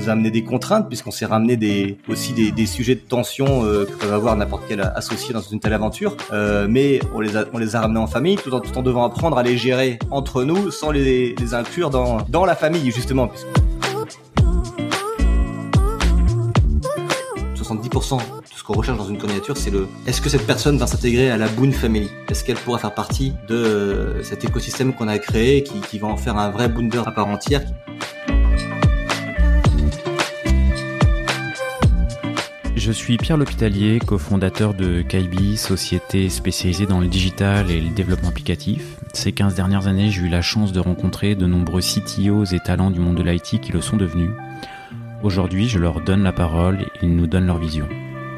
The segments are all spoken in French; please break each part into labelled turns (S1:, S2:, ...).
S1: nous a amené des contraintes puisqu'on s'est ramené aussi des sujets de tension que peuvent avoir n'importe quel associé dans une telle aventure. Mais on les a ramenés en famille tout en devant apprendre à les gérer entre nous sans les inclure dans la famille justement. 70% de ce qu'on recherche dans une candidature, c'est est-ce que cette personne va s'intégrer à la Boon Family? Est-ce qu'elle pourra faire partie de cet écosystème qu'on a créé qui va en faire un vrai Boonder à part entière?
S2: Je suis Pierre L'Hôpitalier, cofondateur de Kaibi, société spécialisée dans le digital et le développement applicatif. Ces 15 dernières années, j'ai eu la chance de rencontrer de nombreux CTOs et talents du monde de l'IT qui le sont devenus. Aujourd'hui, je leur donne la parole et ils nous donnent leur vision.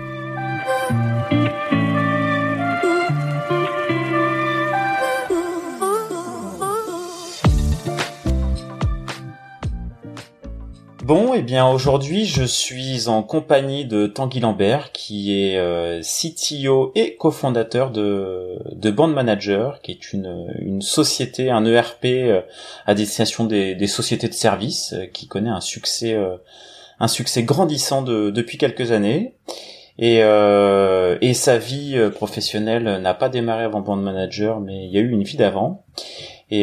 S2: Bon, eh bien aujourd'hui, je suis en compagnie de Tanguy Lambert, qui est CTO et cofondateur de Bond Manager, qui est une société, un ERP à destination des sociétés de services, qui connaît un succès grandissant depuis quelques années. Et sa vie professionnelle n'a pas démarré avant Bond Manager, mais il y a eu une vie d'avant. Et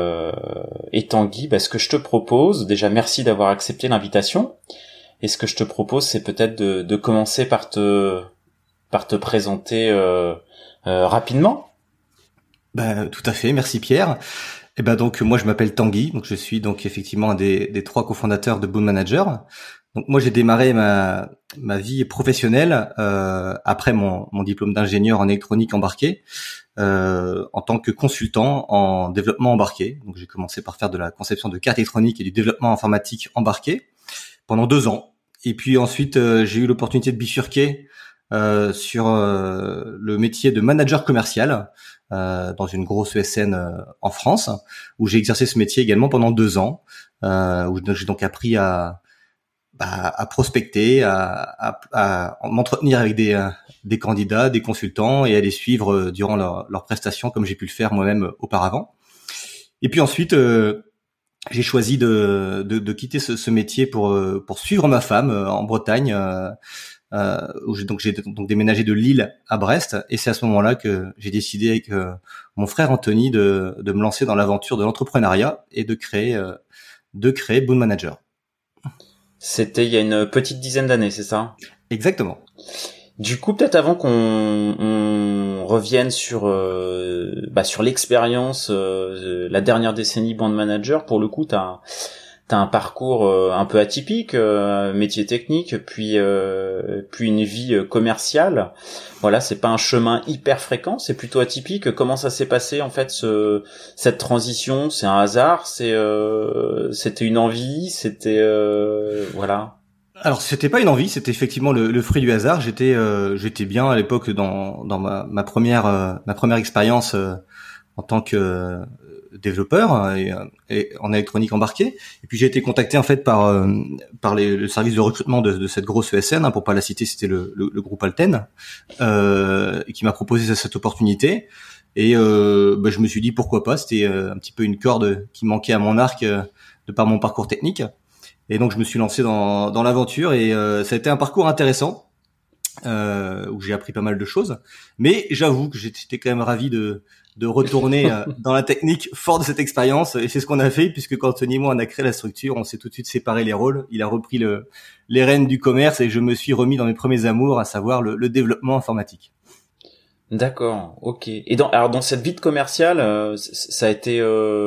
S2: Tanguy, ce que je te propose, déjà merci d'avoir accepté l'invitation. Et ce que je te propose, c'est peut-être de commencer par te présenter rapidement.
S1: Tout à fait, merci Pierre. Et donc moi je m'appelle Tanguy, donc je suis donc effectivement un des 3 cofondateurs de Boon Manager. Donc moi j'ai démarré ma vie professionnelle après mon diplôme d'ingénieur en électronique embarquée en tant que consultant en développement embarqué. Donc j'ai commencé par faire de la conception de cartes électroniques et du développement informatique embarqué pendant 2 ans. Et puis ensuite j'ai eu l'opportunité de bifurquer sur le métier de manager commercial dans une grosse ESN en France, où j'ai exercé ce métier également pendant 2 ans, où j'ai donc appris à prospecter, à m'entretenir avec des candidats, des consultants et à les suivre durant leurs prestations comme j'ai pu le faire moi-même auparavant. Et puis ensuite, j'ai choisi de quitter ce métier pour suivre ma femme en Bretagne, où j'ai déménagé de Lille à Brest, et c'est à ce moment-là que j'ai décidé avec mon frère Anthony de me lancer dans l'aventure de l'entrepreneuriat et de créer Boon Manager.
S2: C'était il y a une petite dizaine d'années, c'est ça?
S1: Exactement.
S2: Du coup, peut-être avant qu'on revienne sur l'expérience, la dernière décennie Bond Manager, pour le coup, t'as un parcours un peu atypique, métier technique, puis une vie commerciale. Voilà, c'est pas un chemin hyper fréquent, c'est plutôt atypique. Comment ça s'est passé en fait cette transition? C'est un hasard, c'était une envie, voilà.
S1: Alors c'était pas une envie, c'était effectivement le fruit du hasard. J'étais bien à l'époque dans ma première expérience en tant que développeur et en électronique embarquée. Et puis j'ai été contacté en fait par le service de recrutement de cette grosse ESN, pour pas la citer, c'était le groupe Alten, qui m'a proposé cette opportunité. Et je me suis dit pourquoi pas. C'était un petit peu une corde qui manquait à mon arc de par mon parcours technique. Et donc je me suis lancé dans l'aventure et ça a été un parcours intéressant où j'ai appris pas mal de choses. Mais j'avoue que j'étais quand même ravi de retourner dans la technique fort de cette expérience, et c'est ce qu'on a fait, puisque quand Anthony et moi on a créé la structure, on s'est tout de suite séparé les rôles. Il a repris les rênes du commerce et je me suis remis dans mes premiers amours, à savoir le développement informatique.
S2: D'accord, ok. Et dans cette vie de commercial, ça a été, il y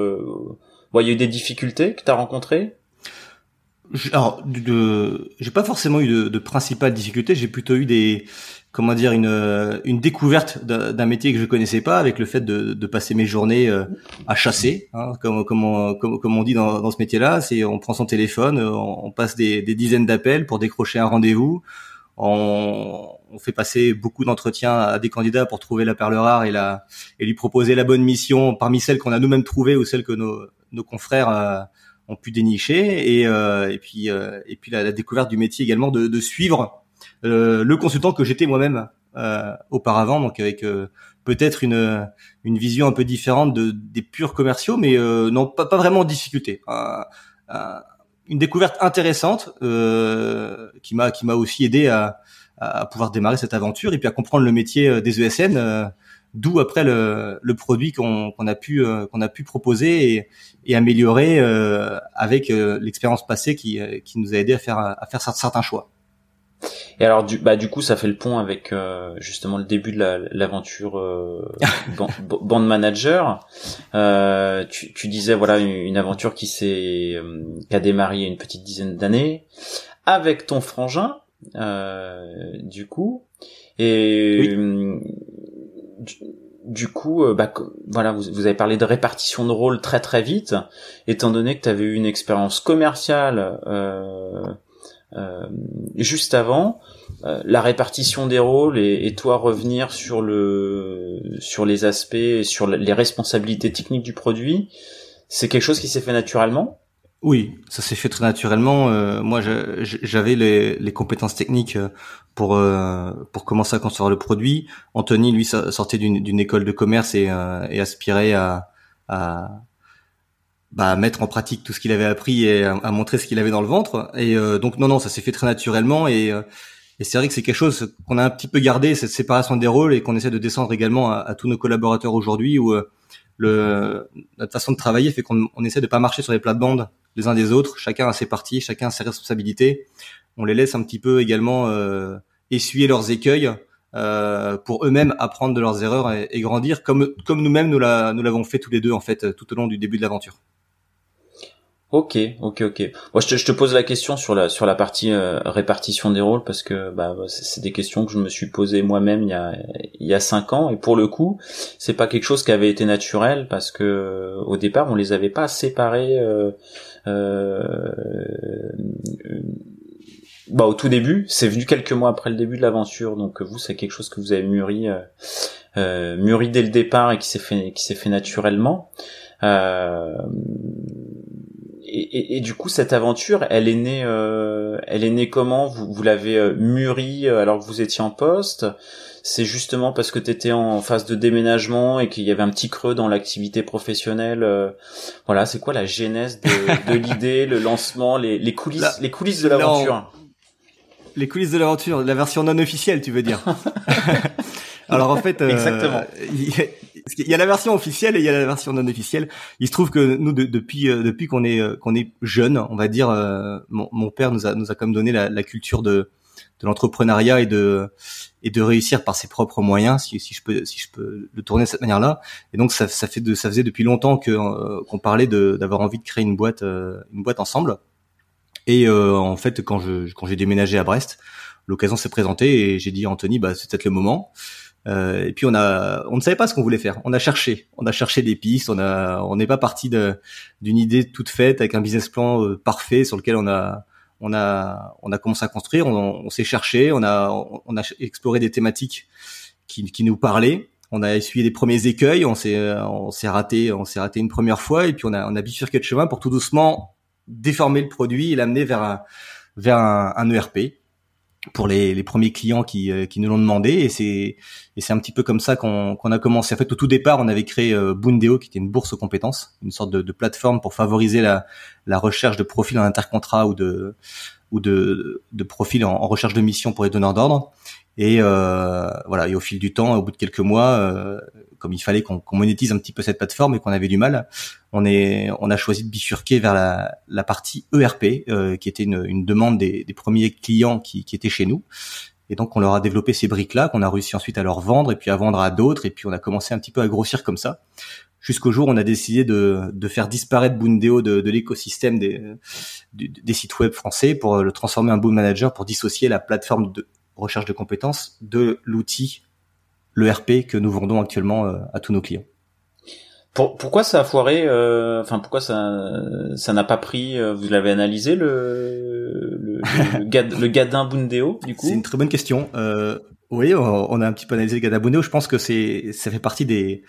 S2: a eu des difficultés que t'as rencontrées?
S1: Alors, j'ai pas forcément eu de principales difficultés. J'ai plutôt eu une découverte d'un métier que je connaissais pas, avec le fait de passer mes journées à chasser, comme on dit dans ce métier-là. C'est on prend son téléphone, on passe des dizaines d'appels pour décrocher un rendez-vous. On fait passer beaucoup d'entretiens à des candidats pour trouver la perle rare et lui proposer la bonne mission parmi celles qu'on a nous-mêmes trouvées ou celles que nos confrères ont pu dénicher, et puis la découverte du métier également de suivre le consultant que j'étais moi-même auparavant, donc avec peut-être une vision un peu différente des purs commerciaux, mais non, pas vraiment en difficulté. une découverte intéressante qui m'a aussi aidé à pouvoir démarrer cette aventure et puis à comprendre le métier des ESN. D'où après le produit qu'on a pu proposer et améliorer avec l'expérience passée qui nous a aidé à faire certains choix.
S2: Et alors du coup ça fait le pont avec justement le début de l'aventure band manager. Tu disais voilà une aventure qui a démarré il y a une petite dizaine d'années avec ton frangin du coup et oui. Du coup, voilà, vous avez parlé de répartition de rôle très très vite, étant donné que tu avais eu une expérience commerciale juste avant, la répartition des rôles et toi revenir sur les aspects, sur les responsabilités techniques du produit, c'est quelque chose qui s'est fait naturellement?
S1: Oui, ça s'est fait très naturellement. Moi, j'avais les compétences techniques pour commencer à construire le produit. Anthony, lui, sortait d'une école de commerce et aspirait à mettre en pratique tout ce qu'il avait appris et à montrer ce qu'il avait dans le ventre. Et donc non, ça s'est fait très naturellement et c'est vrai que c'est quelque chose qu'on a un petit peu gardé, cette séparation des rôles, et qu'on essaie de descendre également à tous nos collaborateurs aujourd'hui, où notre façon de travailler fait qu'on essaie de pas marcher sur les plates-bandes les uns des autres. Chacun a ses parties, chacun a ses responsabilités. On les laisse un petit peu également essuyer leurs écueils pour eux-mêmes apprendre de leurs erreurs et grandir, comme nous-mêmes nous l'avons fait tous les deux en fait tout au long du début de l'aventure.
S2: Ok. Moi, je te pose la question sur la partie répartition des rôles parce que c'est des questions que je me suis posées moi-même il y a 5 ans, et pour le coup, c'est pas quelque chose qui avait été naturel parce que au départ, on les avait pas séparés au tout début. C'est venu quelques mois après le début de l'aventure, donc vous, c'est quelque chose que vous avez mûri dès le départ et qui s'est fait naturellement. Et du coup, cette aventure, elle est née comment? Vous l'avez mûrie alors que vous étiez en poste? C'est justement parce que t'étais en phase de déménagement et qu'il y avait un petit creux dans l'activité professionnelle. Voilà, c'est quoi la genèse de l'idée, le lancement, les coulisses de l'aventure?
S1: Les coulisses de l'aventure, la version non officielle, tu veux dire? Alors en fait,
S2: exactement.
S1: Il y a la version officielle et il y a la version non officielle. Il se trouve que nous, depuis qu'on est jeune, on va dire, mon père nous a quand même donné la culture de l'entrepreneuriat et de réussir par ses propres moyens, si je peux le tourner de cette manière-là. Et donc ça faisait depuis longtemps qu'on parlait d'avoir envie de créer une boîte ensemble. Et en fait, quand j'ai déménagé à Brest, l'occasion s'est présentée et j'ai dit à Anthony, c'est peut-être le moment. Et puis on ne savait pas ce qu'on voulait faire. On a cherché des pistes. On n'est pas parti d'une idée toute faite avec un business plan parfait sur lequel on a commencé à construire. On s'est cherché. On a exploré des thématiques qui nous parlaient. On a essuyé les premiers écueils. On s'est raté une première fois. Et puis on a bifurqué de chemin pour tout doucement déformer le produit et l'amener vers un ERP. Pour les premiers clients qui nous l'ont demandé, et c'est un petit peu comme ça qu'on a commencé. En fait, au tout départ, on avait créé Bundeo, qui était une bourse aux compétences, une sorte de plateforme pour favoriser la recherche de profils en intercontrat ou de profils en recherche de mission pour les donneurs d'ordre. Et voilà. Et au fil du temps, au bout de quelques mois, comme il fallait qu'on monétise un petit peu cette plateforme et qu'on avait du mal, on a choisi de bifurquer vers la partie ERP, qui était une demande des premiers clients qui étaient chez nous. Et donc on leur a développé ces briques-là qu'on a réussi ensuite à leur vendre et puis à vendre à d'autres. Et puis on a commencé un petit peu à grossir comme ça, jusqu'au jour où on a décidé de faire disparaître Bundeo de l'écosystème des sites web français pour le transformer en Boon Manager, pour dissocier la plateforme de recherche de compétences de l'outil, l'ERP que nous vendons actuellement à tous nos clients.
S2: Pourquoi ça a foiré? Pourquoi ça n'a pas pris? Vous l'avez analysé le gadin Bundeo du coup?
S1: C'est une très bonne question. Oui, on a un petit peu analysé le gadin Bundeo. Je pense que ça fait partie des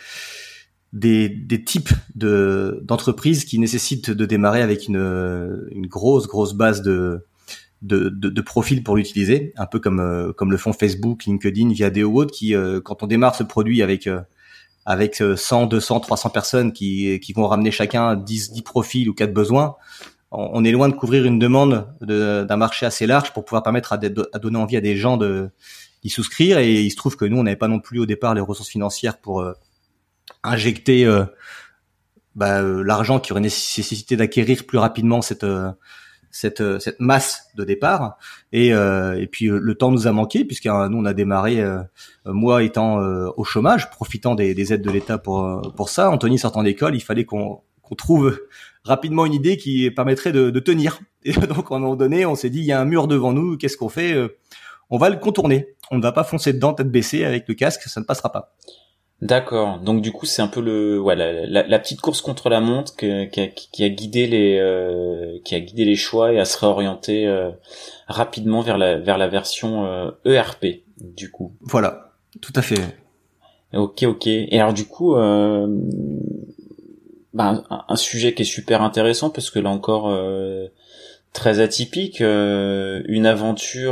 S1: types d'entreprises qui nécessitent de démarrer avec une grosse base de profils pour l'utiliser, un peu comme le font Facebook, LinkedIn, Viadeo ou autres, qui quand on démarre ce produit avec 100, 200, 300 personnes qui vont ramener chacun 10 profils ou 4 besoins, on est loin de couvrir une demande d'un marché assez large pour pouvoir permettre à donner envie à des gens d'y souscrire. Et il se trouve que nous, on n'avait pas non plus au départ les ressources financières pour injecter l'argent qui aurait nécessité d'acquérir plus rapidement cette masse de départ. Et puis le temps nous a manqué, puisque nous on a démarré, moi étant au chômage, profitant des aides de l'État pour ça. Anthony sortant d'école, il fallait qu'on trouve rapidement une idée qui permettrait de tenir. Et donc à un moment donné, on s'est dit, il y a un mur devant nous, qu'est-ce qu'on fait? On va le contourner. On ne va pas foncer dedans tête baissée avec le casque, ça ne passera pas.
S2: D'accord. Donc du coup, c'est un peu la petite course contre la montre qui a guidé les choix et à se réorienter rapidement vers la version ERP du coup.
S1: Voilà, tout à fait.
S2: Ok. Et alors du coup, un sujet qui est super intéressant parce que là encore très atypique, une aventure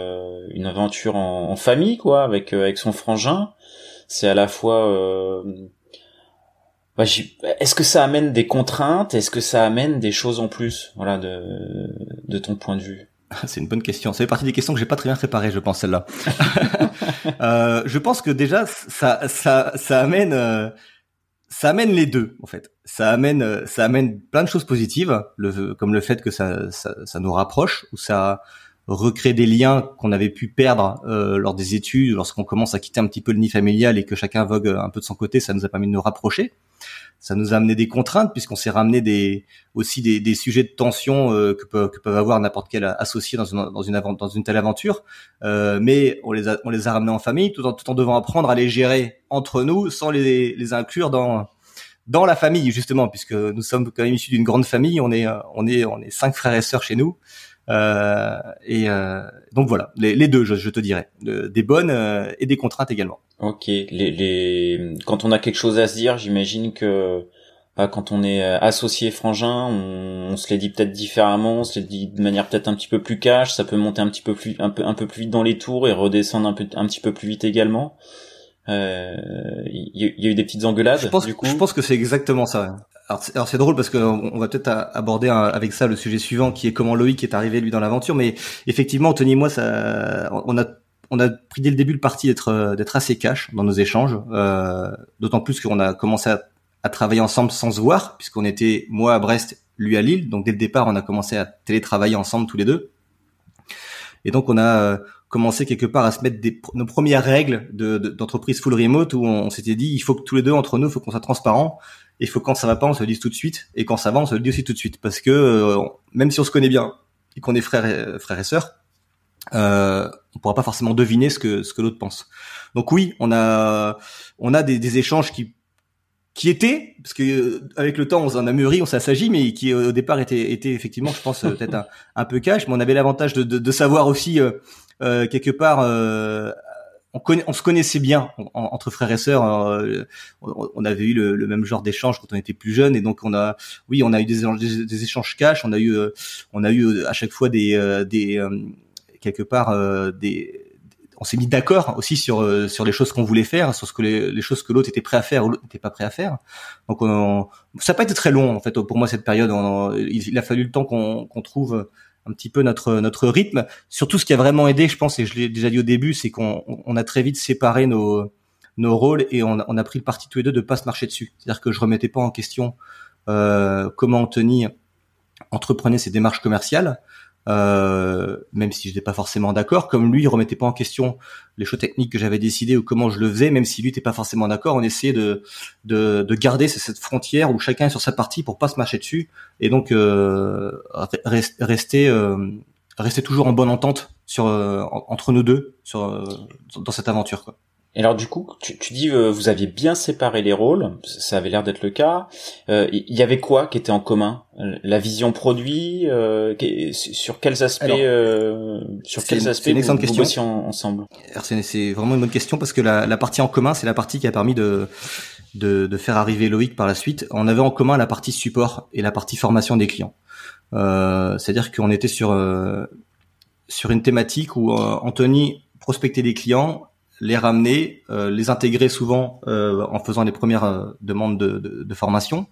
S2: en famille quoi, avec son frangin. C'est à la fois est-ce que ça amène des contraintes, est-ce que ça amène des choses en plus, voilà, de ton point de vue?
S1: C'est une bonne question. Ça fait partie des questions que j'ai pas très bien préparées, je pense, celle-là. Je pense que déjà ça amène les deux en fait. Ça amène plein de choses positives, comme le fait que ça nous rapproche, ou ça recrée des liens qu'on avait pu perdre lors des études, lorsqu'on commence à quitter un petit peu le nid familial et que chacun vogue un peu de son côté. Ça nous a permis de nous rapprocher. Ça nous a amené des contraintes, puisqu'on s'est ramené des sujets de tension que peuvent avoir n'importe quel associé dans une telle aventure, mais on les a ramenés en famille, tout en devant apprendre à les gérer entre nous sans les inclure dans la famille, justement, puisque nous sommes quand même issus d'une grande famille. On est 5 frères et sœurs chez nous. Donc voilà, les deux, je te dirais, des bonnes et des contraintes également.
S2: Ok, quand on a quelque chose à se dire, j'imagine que quand on est associé frangin, on se les dit peut-être différemment, on se les dit de manière peut-être un petit peu plus cash, ça peut monter un peu plus vite dans les tours et redescendre un petit peu plus vite également. Il y a eu des petites engueulades.
S1: Je pense que c'est exactement ça. Alors c'est drôle parce que on va peut-être aborder avec ça le sujet suivant, qui est comment Loïc est arrivé lui dans l'aventure. Mais effectivement, Anthony et moi, on a pris dès le début le parti d'être assez cash dans nos échanges, d'autant plus qu'on a commencé à travailler ensemble sans se voir, puisqu'on était moi à Brest, lui à Lille. Donc dès le départ, on a commencé à télétravailler ensemble tous les deux. Et donc on a commencé quelque part à se mettre nos premières règles d'entreprise full remote, où on s'était dit, il faut que tous les deux entre nous, il faut qu'on soit transparent. Et il faut, quand ça va pas, on se le dise tout de suite, et quand ça va, on se le dit aussi tout de suite, parce que même si on se connaît bien et qu'on est frères et sœurs, on pourra pas forcément deviner ce que l'autre pense. Donc oui, on a des échanges qui étaient, parce que avec le temps on en a mûri, on s'est assagi, mais qui au départ étaient effectivement, je pense, peut-être un peu cash, mais on avait l'avantage de savoir aussi quelque part. On se connaissait bien entre frères et sœurs. On avait eu le même genre d'échange quand on était plus jeune, et donc on a eu des échanges cash. On a eu à chaque fois quelque part on s'est mis d'accord aussi sur les choses qu'on voulait faire, sur les choses que l'autre était prêt à faire ou l'autre n'était pas prêt à faire. Donc ça n'a pas été très long en fait pour moi cette période. Il a fallu le temps qu'on trouve un petit peu notre rythme. Surtout, ce qui a vraiment aidé, je pense, et je l'ai déjà dit au début, c'est qu'on a très vite séparé nos rôles, et on a pris le parti tous les deux de pas se marcher dessus. C'est-à-dire que je remettais pas en question comment Anthony entreprenait ses démarches commerciales, même si je n'étais pas forcément d'accord, comme lui il remettait pas en question les choix techniques que j'avais décidé ou comment je le faisais, même si lui n'était pas forcément d'accord. On essayait de garder cette frontière où chacun est sur sa partie pour pas se marcher dessus, et donc rester toujours en bonne entente entre nous deux dans cette aventure, quoi.
S2: Et alors du coup, tu dis vous aviez bien séparé les rôles, ça avait l'air d'être le cas. Il y avait quoi qui était en commun? La vision produit, sur quels aspects vous bossiez ensemble?
S1: Alors c'est vraiment une bonne question, parce que la partie en commun, c'est la partie qui a permis de faire arriver Loïc par la suite. On avait en commun la partie support et la partie formation des clients. C'est-à-dire qu'on était sur une thématique où Anthony prospectait des clients, les ramener, les intégrer souvent en faisant les premières demandes de formation,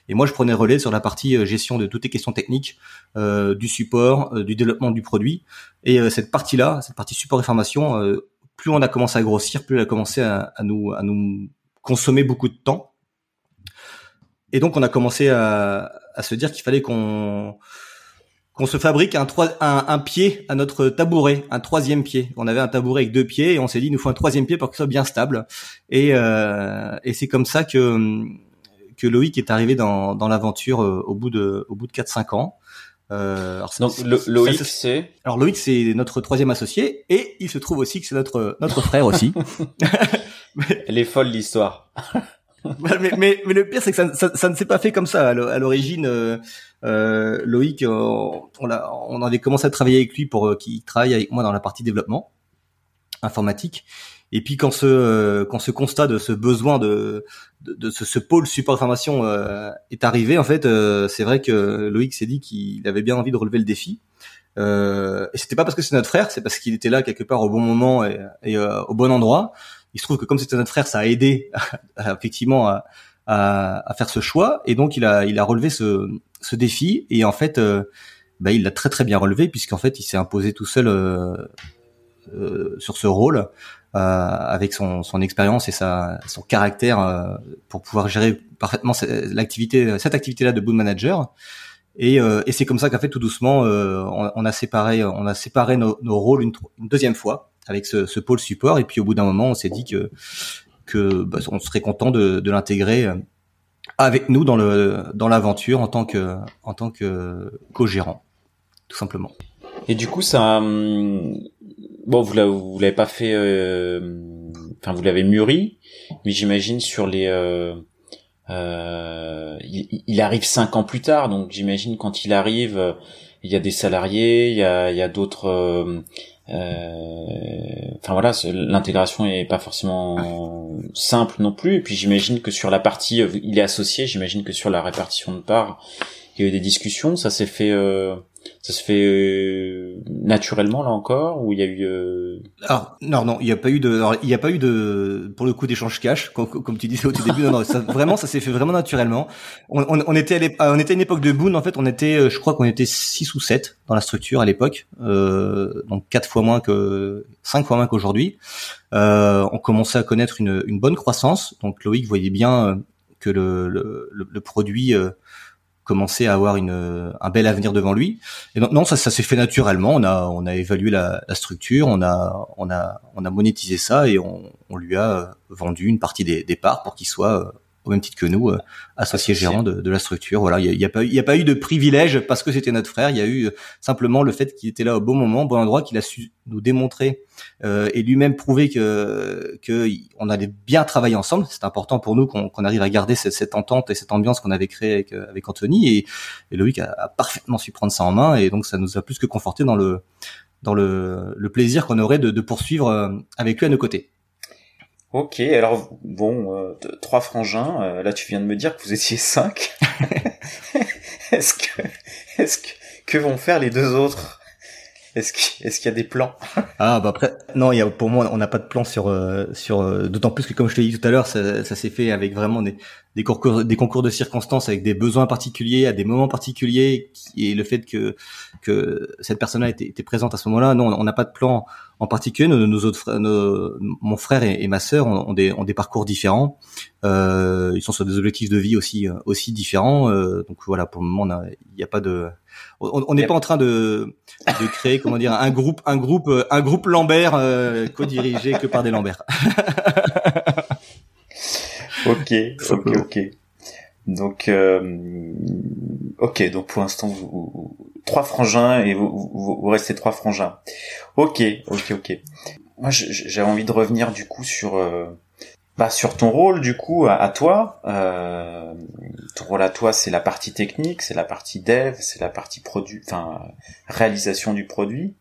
S1: Et moi, je prenais relais sur la partie gestion de toutes les questions techniques, du support, du développement du produit. Et cette partie support et formation, plus on a commencé à grossir, plus elle a commencé à nous consommer beaucoup de temps. Et donc, on a commencé à se dire qu'il fallait qu'on se fabrique un pied à notre tabouret, un troisième pied. On avait un tabouret avec 2 pieds et on s'est dit il nous faut un troisième pied pour qu'il soit bien stable. Et c'est comme ça que Loïc est arrivé dans l'aventure au bout de 4-5 ans.
S2: Donc Loïc,
S1: alors Loïc, c'est notre troisième associé et il se trouve aussi que c'est notre frère aussi.
S2: Elle est folle l'histoire.
S1: mais le pire c'est que ça ne s'est pas fait comme ça à l'origine. Loïc, on avait commencé à travailler avec lui pour qu'il travaille avec moi dans la partie développement informatique. Et puis quand ce constat de ce besoin de ce pôle support information est arrivé, en fait, c'est vrai que Loïc s'est dit qu'il avait bien envie de relever le défi. Et c'était pas parce que c'est notre frère, c'est parce qu'il était là quelque part au bon moment et au bon endroit. Il se trouve que comme c'était notre frère, ça a aidé effectivement à faire ce choix. Et donc il a relevé ce défi. Et en fait, il l'a très très bien relevé puisqu'en fait il s'est imposé tout seul sur ce rôle. Avec son expérience et son caractère pour pouvoir gérer parfaitement cette activité-là de Boon Manager. Et c'est comme ça qu'en fait tout doucement on a séparé nos rôles une deuxième fois avec ce pôle support. Et puis au bout d'un moment on s'est dit que on serait content de l'intégrer avec nous dans l'aventure en tant que co-gérant, tout simplement.
S2: Et du coup ça bon, vous l'avez pas fait, vous l'avez mûri, mais j'imagine sur les, il arrive 5 ans plus tard, donc j'imagine quand il arrive, il y a des salariés, il y a d'autres, l'intégration est pas forcément simple non plus, et puis j'imagine que sur la partie, il est associé, j'imagine que sur la répartition de parts, il y a eu des discussions, ça s'est fait naturellement là encore, ou il y a eu
S1: Alors non, il y a pas eu de pour le coup d'échange cash comme tu disais au tout début. Non, ça s'est fait vraiment naturellement. On était à une époque de Boon, en fait, je crois qu'on était 6 ou 7 dans la structure à l'époque, donc 5 fois moins qu'aujourd'hui. On commençait à connaître une bonne croissance, donc Loïc voyait bien que le produit commençait à avoir un bel avenir devant lui. Et donc non, ça s'est fait naturellement. On a évalué la structure, on a monétisé ça et on lui a vendu une partie des parts pour qu'il soit au même titre que nous associé gérant de la structure. Voilà, il y a pas eu de privilège parce que c'était notre frère. Il y a eu simplement le fait qu'il était là au bon moment, au bon endroit, qu'il a su nous démontrer et lui-même prouver que on allait bien travailler ensemble. C'est important pour nous qu'on arrive à garder cette entente et cette ambiance qu'on avait créée avec Anthony, et Loïc a parfaitement su prendre ça en main, et donc ça nous a plus que conforté dans le plaisir qu'on aurait de poursuivre avec lui à nos côtés.
S2: Ok, alors bon, 3 frangins, là tu viens de me dire que vous étiez 5. Que vont faire les 2 autres? Est-ce qu'il y a des plans?
S1: Après, non, pour moi, on n'a pas de plan sur d'autant plus que, comme je te l'ai dit tout à l'heure, ça s'est fait avec vraiment des concours de circonstances, avec des besoins particuliers, à des moments particuliers, et le fait que cette personne-là était présente à ce moment-là. Non, on n'a pas de plan en particulier. Nos autres frères, mon frère et ma sœur ont des parcours différents. Ils sont sur des objectifs de vie aussi différents. Donc voilà, pour le moment, il n'y a pas de, on n'est pas en train de créer, comment dire, un groupe Lambert co-dirigé que par des Lambert.
S2: Ok. Donc, donc pour l'instant, vous 3 frangins et vous restez 3 frangins. Ok. Moi, j'avais envie de revenir du coup sur ton rôle du coup à toi. Ton rôle à toi, c'est la partie technique, c'est la partie dev, c'est la partie produit, réalisation du produit.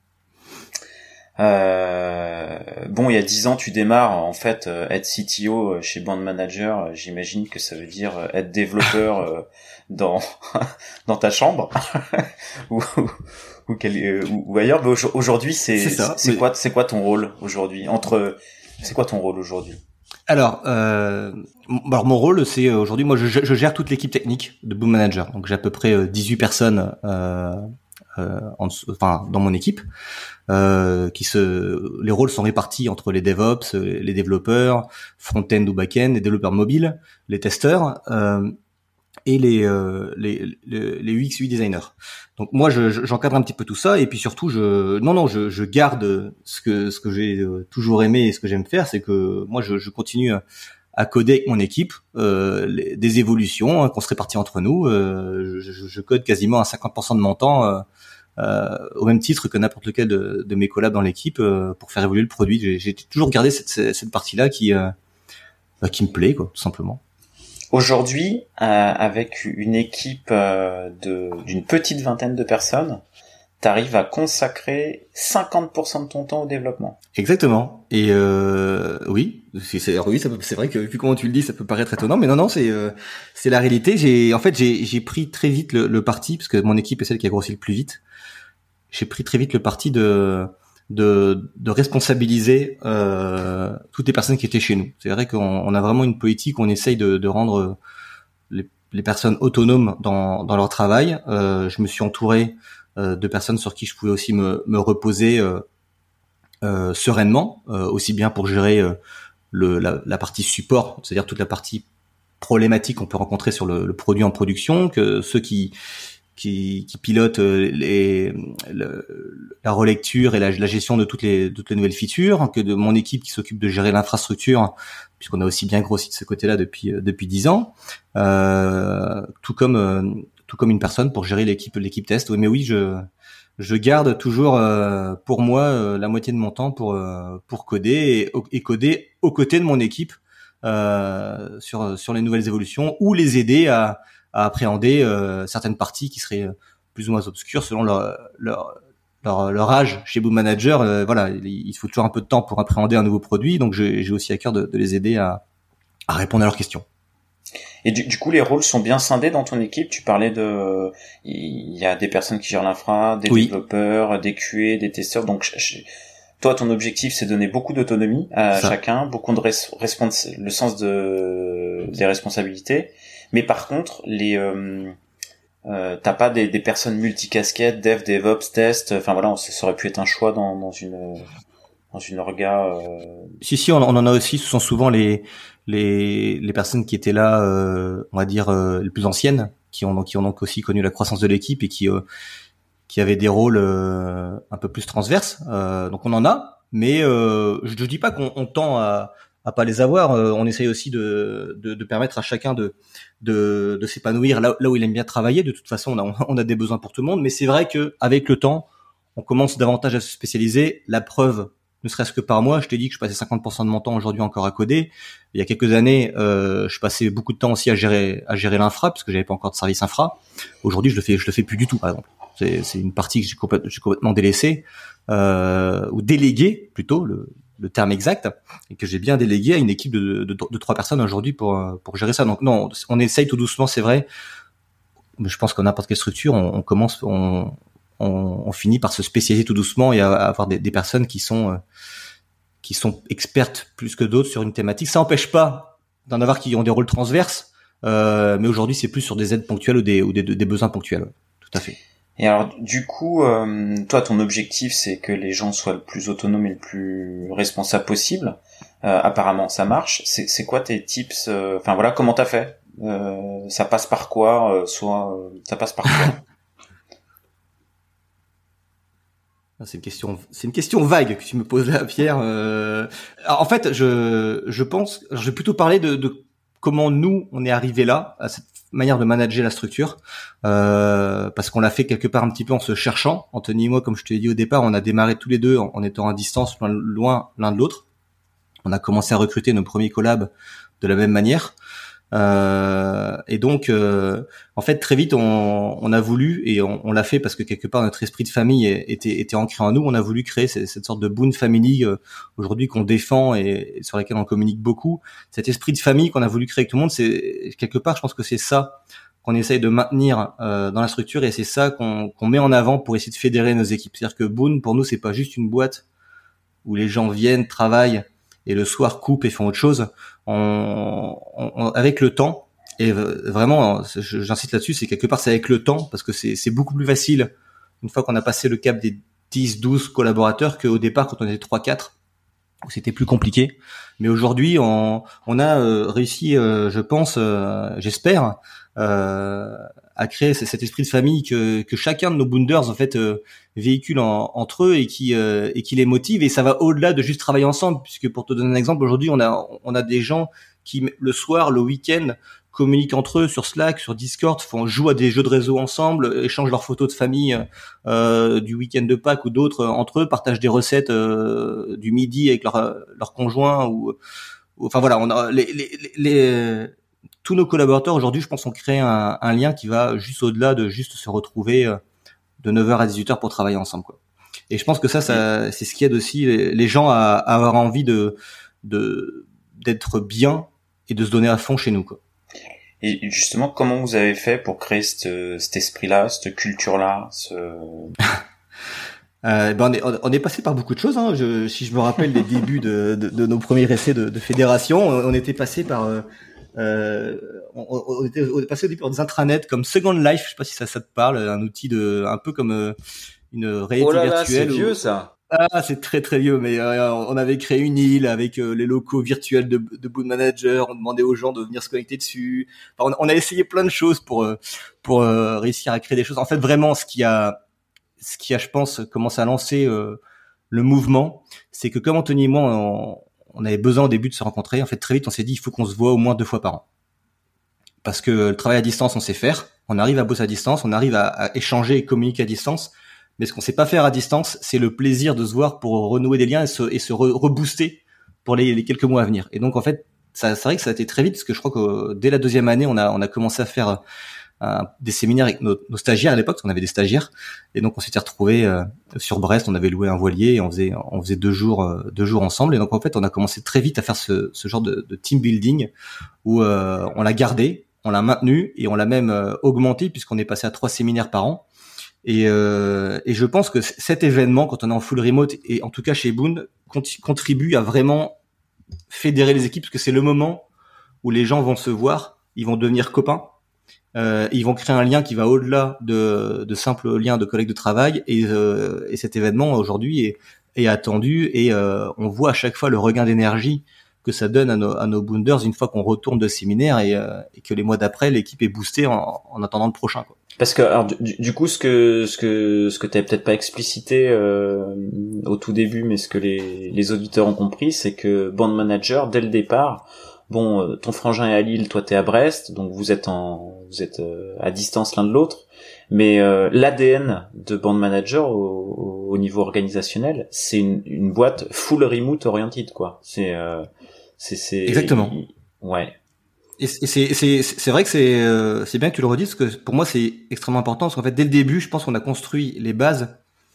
S2: Bon, il y a 10 ans, tu démarres, en fait, être CTO chez Bond Manager, j'imagine que ça veut dire être développeur dans ta chambre ou ailleurs. Mais aujourd'hui, c'est quoi ton rôle aujourd'hui? C'est quoi ton rôle aujourd'hui?
S1: Alors mon rôle, c'est aujourd'hui, moi, je gère toute l'équipe technique de Boom Manager. Donc j'ai à peu près 18 personnes, dans mon équipe. Les rôles sont répartis entre les DevOps, les développeurs, front-end ou back-end, les développeurs mobiles, les testeurs et les UX UI designers. Donc moi j'encadre un petit peu tout ça et puis surtout je garde ce que j'ai toujours aimé et ce que j'aime faire, c'est que moi je continue à coder avec mon équipe des évolutions qu'on se répartit entre nous. Je code quasiment à 50% de mon temps. Au même titre que n'importe lequel de mes collabs dans l'équipe pour faire évoluer le produit. J'ai toujours gardé cette partie-là qui me plaît, quoi, tout simplement.
S2: Aujourd'hui, avec une équipe d'une petite vingtaine de personnes, t'arrives à consacrer 50% de ton temps au développement.
S1: Exactement. Et oui, c'est vrai que vu comment tu le dis, ça peut paraître étonnant, mais non, c'est la réalité. J'ai pris très vite le parti, parce que mon équipe est celle qui a grossi le plus vite. J'ai pris très vite le parti de responsabiliser toutes les personnes qui étaient chez nous. C'est vrai qu'on a vraiment une politique où on essaye de rendre les personnes autonomes dans leur travail. Je me suis entouré de personnes sur qui je pouvais aussi me reposer sereinement, aussi bien pour gérer la partie support, c'est-à-dire toute la partie problématique qu'on peut rencontrer sur le produit en production, que ceux qui pilotent la relecture et la gestion de toutes les nouvelles features, que de mon équipe qui s'occupe de gérer l'infrastructure, puisqu'on a aussi bien grossi de ce côté-là depuis 10 ans, tout comme une personne pour gérer l'équipe test. Oui, mais oui, je garde toujours pour moi la moitié de mon temps pour coder et coder aux côtés de mon équipe sur les nouvelles évolutions ou les aider à appréhender certaines parties qui seraient plus ou moins obscures selon leur âge chez Boom Manager. Voilà, il faut toujours un peu de temps pour appréhender un nouveau produit, donc j'ai aussi à cœur de les aider à répondre à leurs questions.
S2: Et du coup, les rôles sont bien scindés dans ton équipe. Tu parlais il y a des personnes qui gèrent l'infra, des développeurs, des QA, des testeurs. Donc, toi, ton objectif, c'est de donner beaucoup d'autonomie à chacun, beaucoup de le sens des responsabilités. Mais par contre, t'as pas des personnes multicasquettes, dev, DevOps, test. Enfin voilà, ça aurait pu être un choix dans une orga.
S1: Si, on en a aussi. Ce sont souvent les personnes qui étaient là, on va dire les plus anciennes, qui ont donc aussi connu la croissance de l'équipe et qui avaient des rôles un peu plus transverses. Donc on en a, mais je dis pas qu'on tend à pas les avoir. On essaye aussi de permettre à chacun de s'épanouir là où il aime bien travailler. De toute façon, on a des besoins pour tout le monde, mais c'est vrai que avec le temps, on commence davantage à se spécialiser. La preuve, ne serait-ce que par moi, je t'ai dit que je passais 50% de mon temps aujourd'hui encore à coder. Il y a quelques années, je passais beaucoup de temps aussi à gérer l'infra, parce que j'avais pas encore de service infra. Aujourd'hui, je le fais plus du tout, par exemple. C'est une partie que j'ai complètement délaissée, ou déléguée, plutôt, le terme exact, et que j'ai bien délégué à une équipe de 3 personnes aujourd'hui pour gérer ça. Donc non, on essaye tout doucement, c'est vrai. Mais je pense qu'en n'importe quelle structure, on finit par se spécialiser tout doucement et à avoir des personnes qui sont expertes plus que d'autres sur une thématique. Ça n'empêche pas d'en avoir qui ont des rôles transverses, mais aujourd'hui c'est plus sur des aides ponctuelles ou des besoins ponctuels. Tout à fait.
S2: Et alors du coup, toi ton objectif c'est que les gens soient le plus autonomes et le plus responsables possible. Apparemment ça marche. C'est quoi tes tips? Enfin voilà, comment t'as fait? Ça passe par quoi? Ça passe par quoi?
S1: C'est une question vague que tu me poses là, Pierre. Alors, en fait, je pense, je vais plutôt parler de comment nous on est arrivé là, à cette manière de manager la structure, parce qu'on l'a fait quelque part un petit peu en se cherchant. Anthony et moi, comme je te l'ai dit au départ, on a démarré tous les deux en étant à distance, loin l'un de l'autre. On a commencé à recruter nos premiers collabs de la même manière. Et donc, en fait, très vite, on a voulu, et on l'a fait parce que quelque part notre esprit de famille était ancré en nous. On a voulu créer cette sorte de Boon Family aujourd'hui qu'on défend et sur laquelle on communique beaucoup. Cet esprit de famille qu'on a voulu créer avec tout le monde, c'est quelque part, je pense que c'est ça qu'on essaye de maintenir dans la structure, et c'est ça qu'on met en avant pour essayer de fédérer nos équipes. C'est-à-dire que Boon, pour nous, c'est pas juste une boîte où les gens viennent, travaillent et le soir coupent et font autre chose. Avec le temps, et vraiment, j'insiste là-dessus, c'est quelque part c'est avec le temps, parce que c'est beaucoup plus facile une fois qu'on a passé le cap des 10, 12 collaborateurs qu'au départ quand on était 3, 4, où c'était plus compliqué. Mais aujourd'hui, on a réussi, je pense, j'espère, à créer cet esprit de famille que chacun de nos boonders en fait véhicule entre eux et qui les motive, et ça va au-delà de juste travailler ensemble, puisque pour te donner un exemple, aujourd'hui on a des gens qui le soir, le week-end, communiquent entre eux sur Slack, sur Discord, jouent à des jeux de réseau ensemble, échangent leurs photos de famille du week-end de Pâques ou d'autres entre eux, partagent des recettes du midi avec leur conjoint ou enfin voilà, on a tous nos collaborateurs aujourd'hui, je pense, ont créé un lien qui va juste au-delà de juste se retrouver de 9h à 18h pour travailler ensemble, quoi. Et je pense que ça c'est ce qui aide aussi les gens à avoir envie d'être bien et de se donner à fond chez nous, quoi.
S2: Et justement, comment vous avez fait pour créer cet esprit-là, cette culture-là,
S1: on est passé par beaucoup de choses, hein. Si je me rappelle les débuts de nos premiers essais de fédération, on était passé par on est passé au début par des intranets comme Second Life, je sais pas si ça te parle, un outil un peu comme une réalité virtuelle.
S2: C'est vieux ça.
S1: Ah, c'est très très vieux, mais on avait créé une île avec les locaux virtuels de Boon Manager. On demandait aux gens de venir se connecter dessus. Enfin, on a essayé plein de choses pour réussir à créer des choses. En fait, vraiment, ce qui a, je pense, commencé à lancer le mouvement, c'est que comme Anthony et moi, on avait besoin au début de se rencontrer. En fait, très vite, on s'est dit il faut qu'on se voit au moins 2 fois par an, parce que le travail à distance, on sait faire. On arrive à bosser à distance, on arrive à échanger et communiquer à distance. Mais ce qu'on sait pas faire à distance, c'est le plaisir de se voir pour renouer des liens et se rebooster pour les quelques mois à venir. Et donc en fait, c'est vrai que ça a été très vite, parce que je crois que dès la 2e année, on a commencé à faire des séminaires avec nos stagiaires à l'époque, parce qu'on avait des stagiaires. Et donc on s'était retrouvés sur Brest, on avait loué un voilier et on faisait 2 jours ensemble. Et donc en fait, on a commencé très vite à faire ce genre de team building où on l'a gardé, on l'a maintenu et on l'a même augmenté, puisqu'on est passé à 3 séminaires par an. Et je pense que cet événement, quand on est en full remote, et en tout cas chez Boon, contribue à vraiment fédérer les équipes, parce que c'est le moment où les gens vont se voir, ils vont devenir copains, ils vont créer un lien qui va au-delà de simples liens de collègues de travail, et cet événement aujourd'hui est attendu, et on voit à chaque fois le regain d'énergie que ça donne à nos boonders une fois qu'on retourne de séminaire, et que les mois d'après l'équipe est boostée en attendant le prochain, quoi.
S2: Parce que alors du coup ce que t'avais peut-être pas explicité au tout début, mais ce que les auditeurs ont compris, c'est que Band Manager, dès le départ, bon, ton frangin est à Lille, toi t'es à Brest, donc vous êtes à distance l'un de l'autre, mais l'ADN de Band Manager au niveau organisationnel, c'est une boîte full remote oriented, quoi. C'est
S1: exactement.
S2: Ouais.
S1: Et c'est vrai que c'est bien que tu le redis, parce que pour moi c'est extrêmement important, parce qu'en fait dès le début, je pense qu'on a construit les bases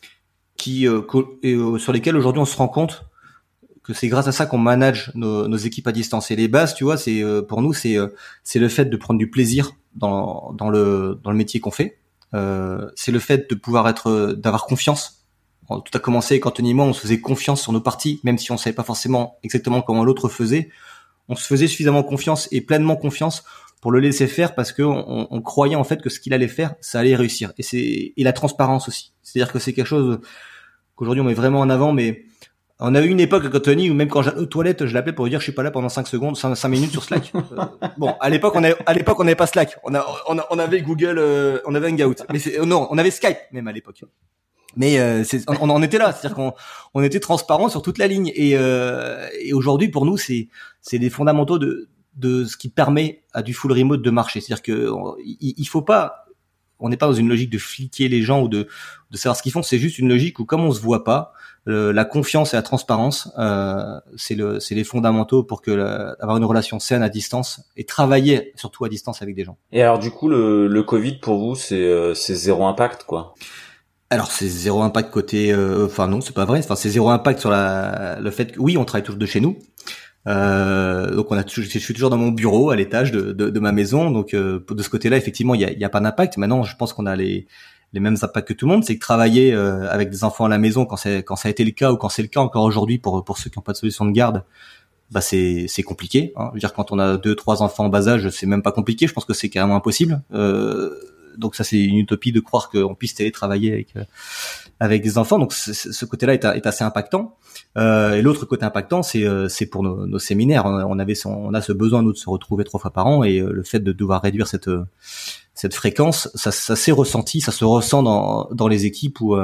S1: sur lesquelles aujourd'hui on se rend compte que c'est grâce à ça qu'on manage nos équipes à distance. Et les bases, tu vois, c'est pour nous c'est le fait de prendre du plaisir dans le métier qu'on fait. C'est le fait de pouvoir d'avoir confiance. Tout a commencé quand Anthony et moi on se faisait confiance sur nos parties, même si on savait pas forcément exactement comment l'autre faisait. On se faisait suffisamment confiance et pleinement confiance pour le laisser faire, parce que on croyait en fait que ce qu'il allait faire, ça allait réussir. Et la transparence aussi. C'est-à-dire que c'est quelque chose qu'aujourd'hui on met vraiment en avant. Mais on a eu une époque avec Anthony où même quand j'allais aux toilettes, je l'appelais pour lui dire je suis pas là pendant 5 secondes, 5 minutes sur Slack. Bon, à l'époque on n'avait pas Slack. On avait Google, on avait Hangout. Mais non, on avait Skype même à l'époque. Mais on en était là, c'est-à-dire qu'on était transparent sur toute la ligne, et aujourd'hui pour nous c'est des fondamentaux de ce qui permet à du full remote de marcher. C'est-à-dire que il faut pas, on n'est pas dans une logique de fliquer les gens ou de savoir ce qu'ils font. C'est juste une logique où, comme on se voit pas, la confiance et la transparence, c'est les fondamentaux pour avoir une relation saine à distance et travailler surtout à distance avec des gens.
S2: Et alors du coup le Covid pour vous c'est zéro impact, quoi.
S1: Alors c'est zéro impact côté, enfin non, c'est pas vrai. Enfin c'est zéro impact sur le fait que oui, on travaille toujours de chez nous. Donc je suis toujours dans mon bureau à l'étage de ma maison. Donc de ce côté-là, effectivement, il y a pas d'impact. Maintenant, je pense qu'on a les les mêmes impacts que tout le monde. C'est que travailler avec des enfants à la maison quand ça a été le cas ou quand c'est le cas encore aujourd'hui pour ceux qui n'ont pas de solution de garde, bah c'est compliqué. Hein. Je veux dire, quand on a 2-3 enfants en bas âge, c'est même pas compliqué. Je pense que c'est carrément impossible. Donc ça, c'est une utopie de croire qu'on puisse télétravailler avec des enfants. Donc ce côté-là est assez impactant. Et l'autre côté impactant, c'est pour nos séminaires. On a ce besoin nous de se retrouver 3 fois par an, et le fait de devoir réduire cette fréquence, ça s'est ressenti, ça se ressent dans les équipes où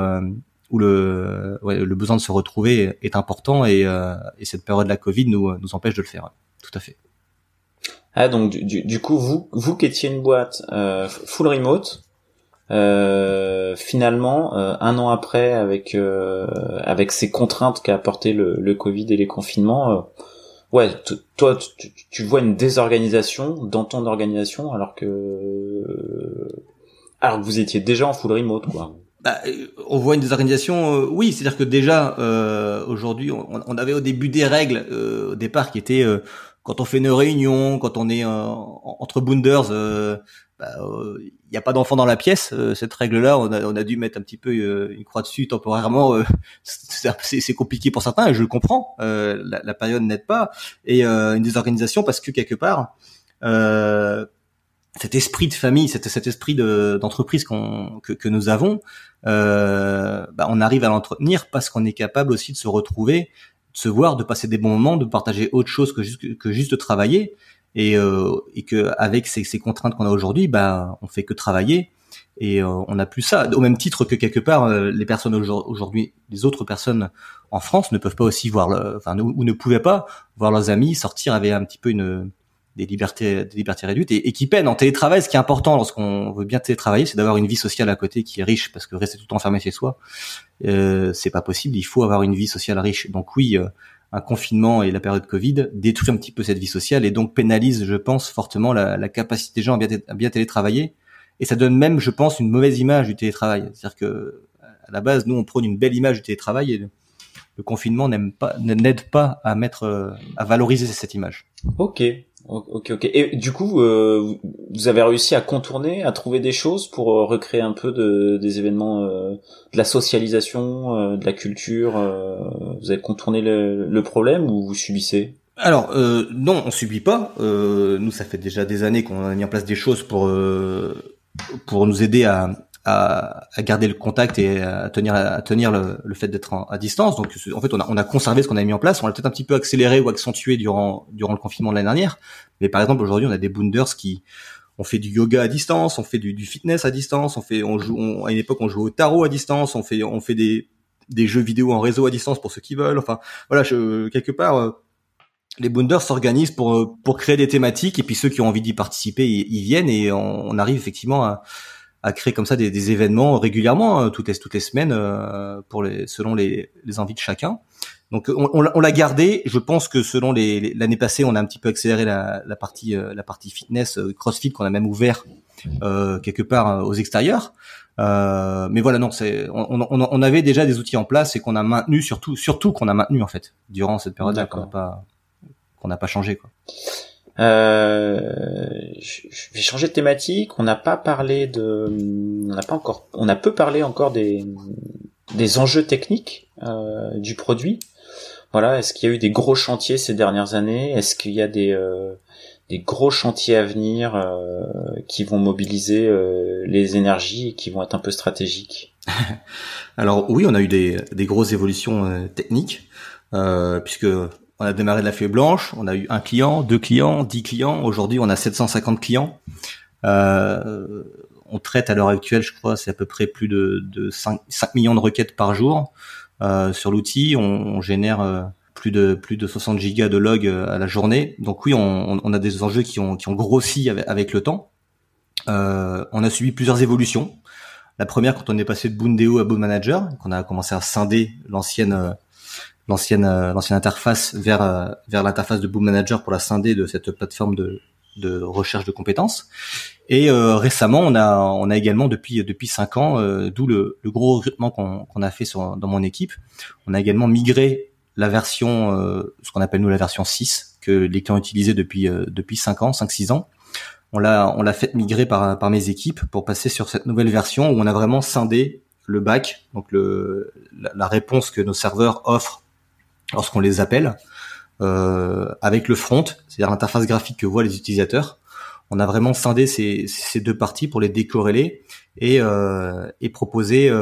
S1: le besoin de se retrouver est important, et cette période de la Covid nous empêche de le faire. Tout à fait.
S2: Ah, donc du coup, vous qui étiez une boîte full remote, finalement, 1 an après, avec ces contraintes qu'a apporté le Covid et les confinements, toi, tu vois une désorganisation dans ton organisation, alors que vous étiez déjà en full remote, quoi.
S1: Bah, on voit une désorganisation, oui, c'est-à-dire que déjà aujourd'hui, on avait au début des règles au départ qui étaient quand on fait une réunion, quand on est entre boonders, il n'y a pas d'enfants dans la pièce. Cette règle-là, on a dû mettre un petit peu une croix dessus temporairement. C'est compliqué pour certains, et je le comprends. La période n'aide pas, et une désorganisation parce que quelque part, cet esprit de famille, cet esprit d'entreprise que nous avons, on arrive à l'entretenir parce qu'on est capable aussi de se retrouver, de se voir, de passer des bons moments, de partager autre chose que juste de travailler, et que avec ces contraintes qu'on a aujourd'hui, on fait que travailler, et on n'a plus ça. Au même titre que quelque part, les personnes aujourd'hui, les autres personnes en France ne peuvent pas aussi voir, ou ne pouvaient pas voir leurs amis sortir avec un petit peu des libertés réduites, et qui peinent en télétravail. Ce qui est important lorsqu'on veut bien télétravailler, c'est d'avoir une vie sociale à côté qui est riche, parce que rester tout le temps enfermé chez soi, c'est pas possible. Il faut avoir une vie sociale riche. Donc oui, un confinement et la période Covid détruit un petit peu cette vie sociale, et donc pénalise, je pense, fortement la capacité des gens à bien télétravailler. Et ça donne même, je pense, une mauvaise image du télétravail. C'est-à-dire que à la base, nous, on prône une belle image du télétravail, et le confinement n'aide pas à valoriser cette image.
S2: Ok. Et du coup, vous avez réussi à contourner, à trouver des choses pour recréer un peu des événements, de la socialisation, de la culture. Vous avez contourné le problème, ou vous subissez?
S1: Alors non, on subit pas. Nous, ça fait déjà des années qu'on a mis en place des choses pour nous aider à garder le contact et à tenir le fait d'être à distance. Donc en fait, on a conservé ce qu'on avait mis en place. On l'a peut-être un petit peu accéléré ou accentué durant le confinement de l'année dernière. Mais par exemple, aujourd'hui, on a des boonders on fait du yoga à distance, on fait du fitness à distance, à une époque, on jouait au tarot à distance, on fait des jeux vidéo en réseau à distance pour ceux qui veulent. Enfin, voilà, quelque part, les boonders s'organisent pour créer des thématiques, et puis ceux qui ont envie d'y participer, ils viennent, et on arrive effectivement à créer comme ça des événements régulièrement, toutes les semaines, selon les envies de chacun. Donc on l'a gardé. Je pense que selon l'année passée, on a un petit peu accéléré la partie fitness, CrossFit, qu'on a même ouvert quelque part aux extérieurs. Mais voilà, non, on avait déjà des outils en place, et qu'on a maintenu, surtout qu'on a maintenu en fait durant cette période-là, qu'on n'a pas changé, quoi.
S2: Je vais changer de thématique. On a peu parlé encore des enjeux techniques du produit. Voilà, est-ce qu'il y a eu des gros chantiers ces dernières années? Est-ce qu'il y a des gros chantiers à venir qui vont mobiliser les énergies et qui vont être un peu stratégiques?
S1: Alors oui, on a eu des grosses évolutions techniques, puisque on a démarré de la feuille blanche, on a eu 1 client, 2 clients, 10 clients. Aujourd'hui, on a 750 clients. On traite à l'heure actuelle, je crois, c'est à peu près plus de 5 millions de requêtes par jour sur l'outil. On génère plus de 60 gigas de logs à la journée. Donc oui, on a des enjeux qui ont grossi avec le temps. On a subi plusieurs évolutions. La première, quand on est passé de Boondeo à Boon Manager, qu'on a commencé à scinder l'ancienne interface vers l'interface de Boom Manager pour la scinder de cette plateforme de recherche de compétences. Et récemment, on a également depuis 5 ans, d'où le gros recrutement qu'on a fait dans mon équipe, on a également migré la version, ce qu'on appelle nous la version 6, que les clients utilisaient depuis 5 ans, 5-6 ans, on l'a fait migrer par mes équipes pour passer sur cette nouvelle version où on a vraiment scindé le back, donc la réponse que nos serveurs offrent lorsqu'on les appelle, avec le front, c'est-à-dire l'interface graphique que voient les utilisateurs. On a vraiment scindé ces deux parties pour les décorréler et proposer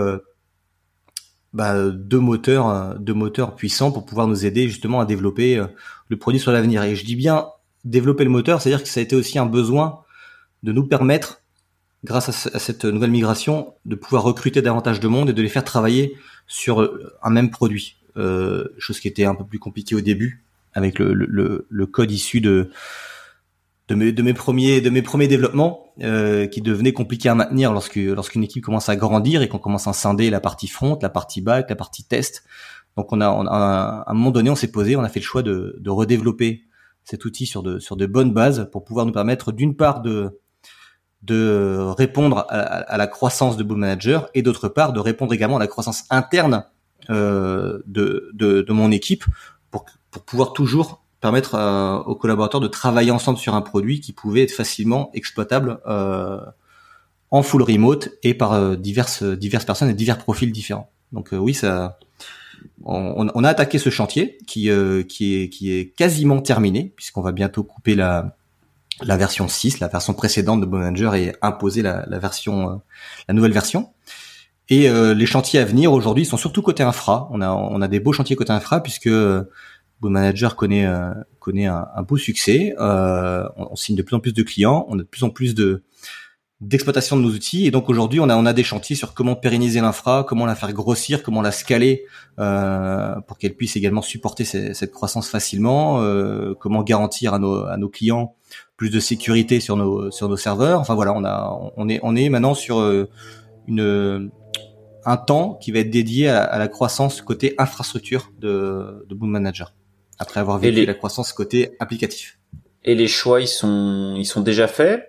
S1: deux moteurs puissants pour pouvoir nous aider justement à développer le produit sur l'avenir. Et je dis bien développer le moteur, c'est-à-dire que ça a été aussi un besoin de nous permettre, grâce à cette nouvelle migration, de pouvoir recruter davantage de monde et de les faire travailler sur un même produit. Chose qui était un peu plus compliquée au début avec le code issu de mes premiers développements, qui devenaient compliqués à maintenir lorsqu'une équipe commence à grandir et qu'on commence à scinder la partie front, la partie back, la partie test. Donc on a à un moment donné, on s'est posé, on a fait le choix de redévelopper cet outil sur de bonnes bases pour pouvoir nous permettre d'une part de répondre à la croissance de Boon Manager et d'autre part de répondre également à la croissance interne de mon équipe pour pouvoir toujours permettre aux collaborateurs de travailler ensemble sur un produit qui pouvait être facilement exploitable en full remote et par diverses personnes et divers profils différents. Donc oui, ça on a attaqué ce chantier qui est quasiment terminé puisqu'on va bientôt couper la version 6, la version précédente de Boon Manager, et imposer la nouvelle version. Et les chantiers à venir aujourd'hui sont surtout côté infra. On a des beaux chantiers côté infra puisque Boon Manager connaît un beau succès. On signe de plus en plus de clients, on a de plus en plus d'exploitation de nos outils, et donc aujourd'hui on a des chantiers sur comment pérenniser l'infra, comment la faire grossir, comment la scaler pour qu'elle puisse également supporter cette croissance facilement, comment garantir à nos clients plus de sécurité sur nos serveurs. Enfin voilà, on est maintenant sur un temps qui va être dédié à la croissance côté infrastructure de Boon Manager, après avoir vécu la croissance côté applicatif.
S2: Et les choix, ils sont déjà faits,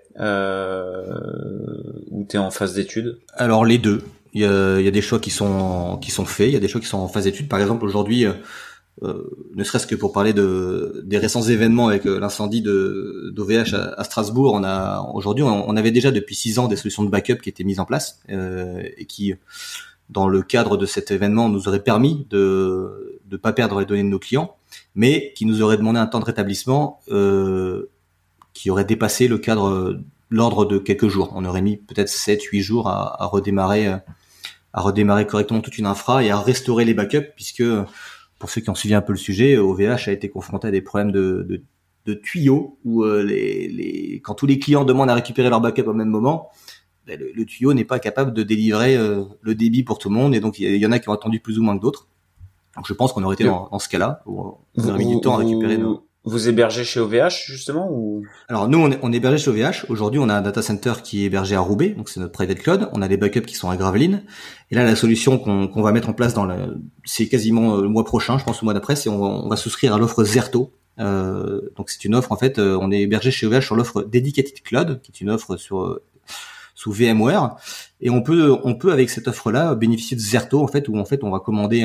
S2: ou t'es en phase d'étude?
S1: Alors les deux. Il y a des choix qui sont faits, il y a des choix qui sont en phase d'étude. Par exemple, aujourd'hui, ne serait-ce que pour parler des récents événements avec l'incendie d'OVH à Strasbourg, aujourd'hui on avait déjà depuis 6 ans des solutions de backup qui étaient mises en place et qui, dans le cadre de cet événement, nous auraient permis de pas perdre les données de nos clients, mais qui nous auraient demandé un temps de rétablissement qui aurait dépassé l'ordre de quelques jours. On aurait mis peut-être 7-8 jours à redémarrer correctement toute une infra et à restaurer les backups, puisque pour ceux qui ont suivi un peu le sujet, OVH a été confronté à des problèmes de tuyaux où quand tous les clients demandent à récupérer leur backup au même moment, le tuyau n'est pas capable de délivrer le débit pour tout le monde, et donc il y en a qui ont attendu plus ou moins que d'autres. Donc je pense qu'on aurait été dans ce cas-là où on aurait mis du temps à récupérer nos...
S2: Vous hébergez chez OVH justement ou...
S1: Alors nous on est hébergé chez OVH. Aujourd'hui on a un data center qui est hébergé à Roubaix, donc c'est notre private cloud. On a des backups qui sont à Gravelines. Et là la solution qu'on va mettre en place c'est quasiment le mois prochain, je pense, le mois d'après, c'est on va souscrire à l'offre Zerto. Donc c'est une offre, en fait, on est hébergé chez OVH sur l'offre Dedicated Cloud, qui est une offre sous VMware, et on peut avec cette offre-là bénéficier de Zerto, en fait, où en fait on va commander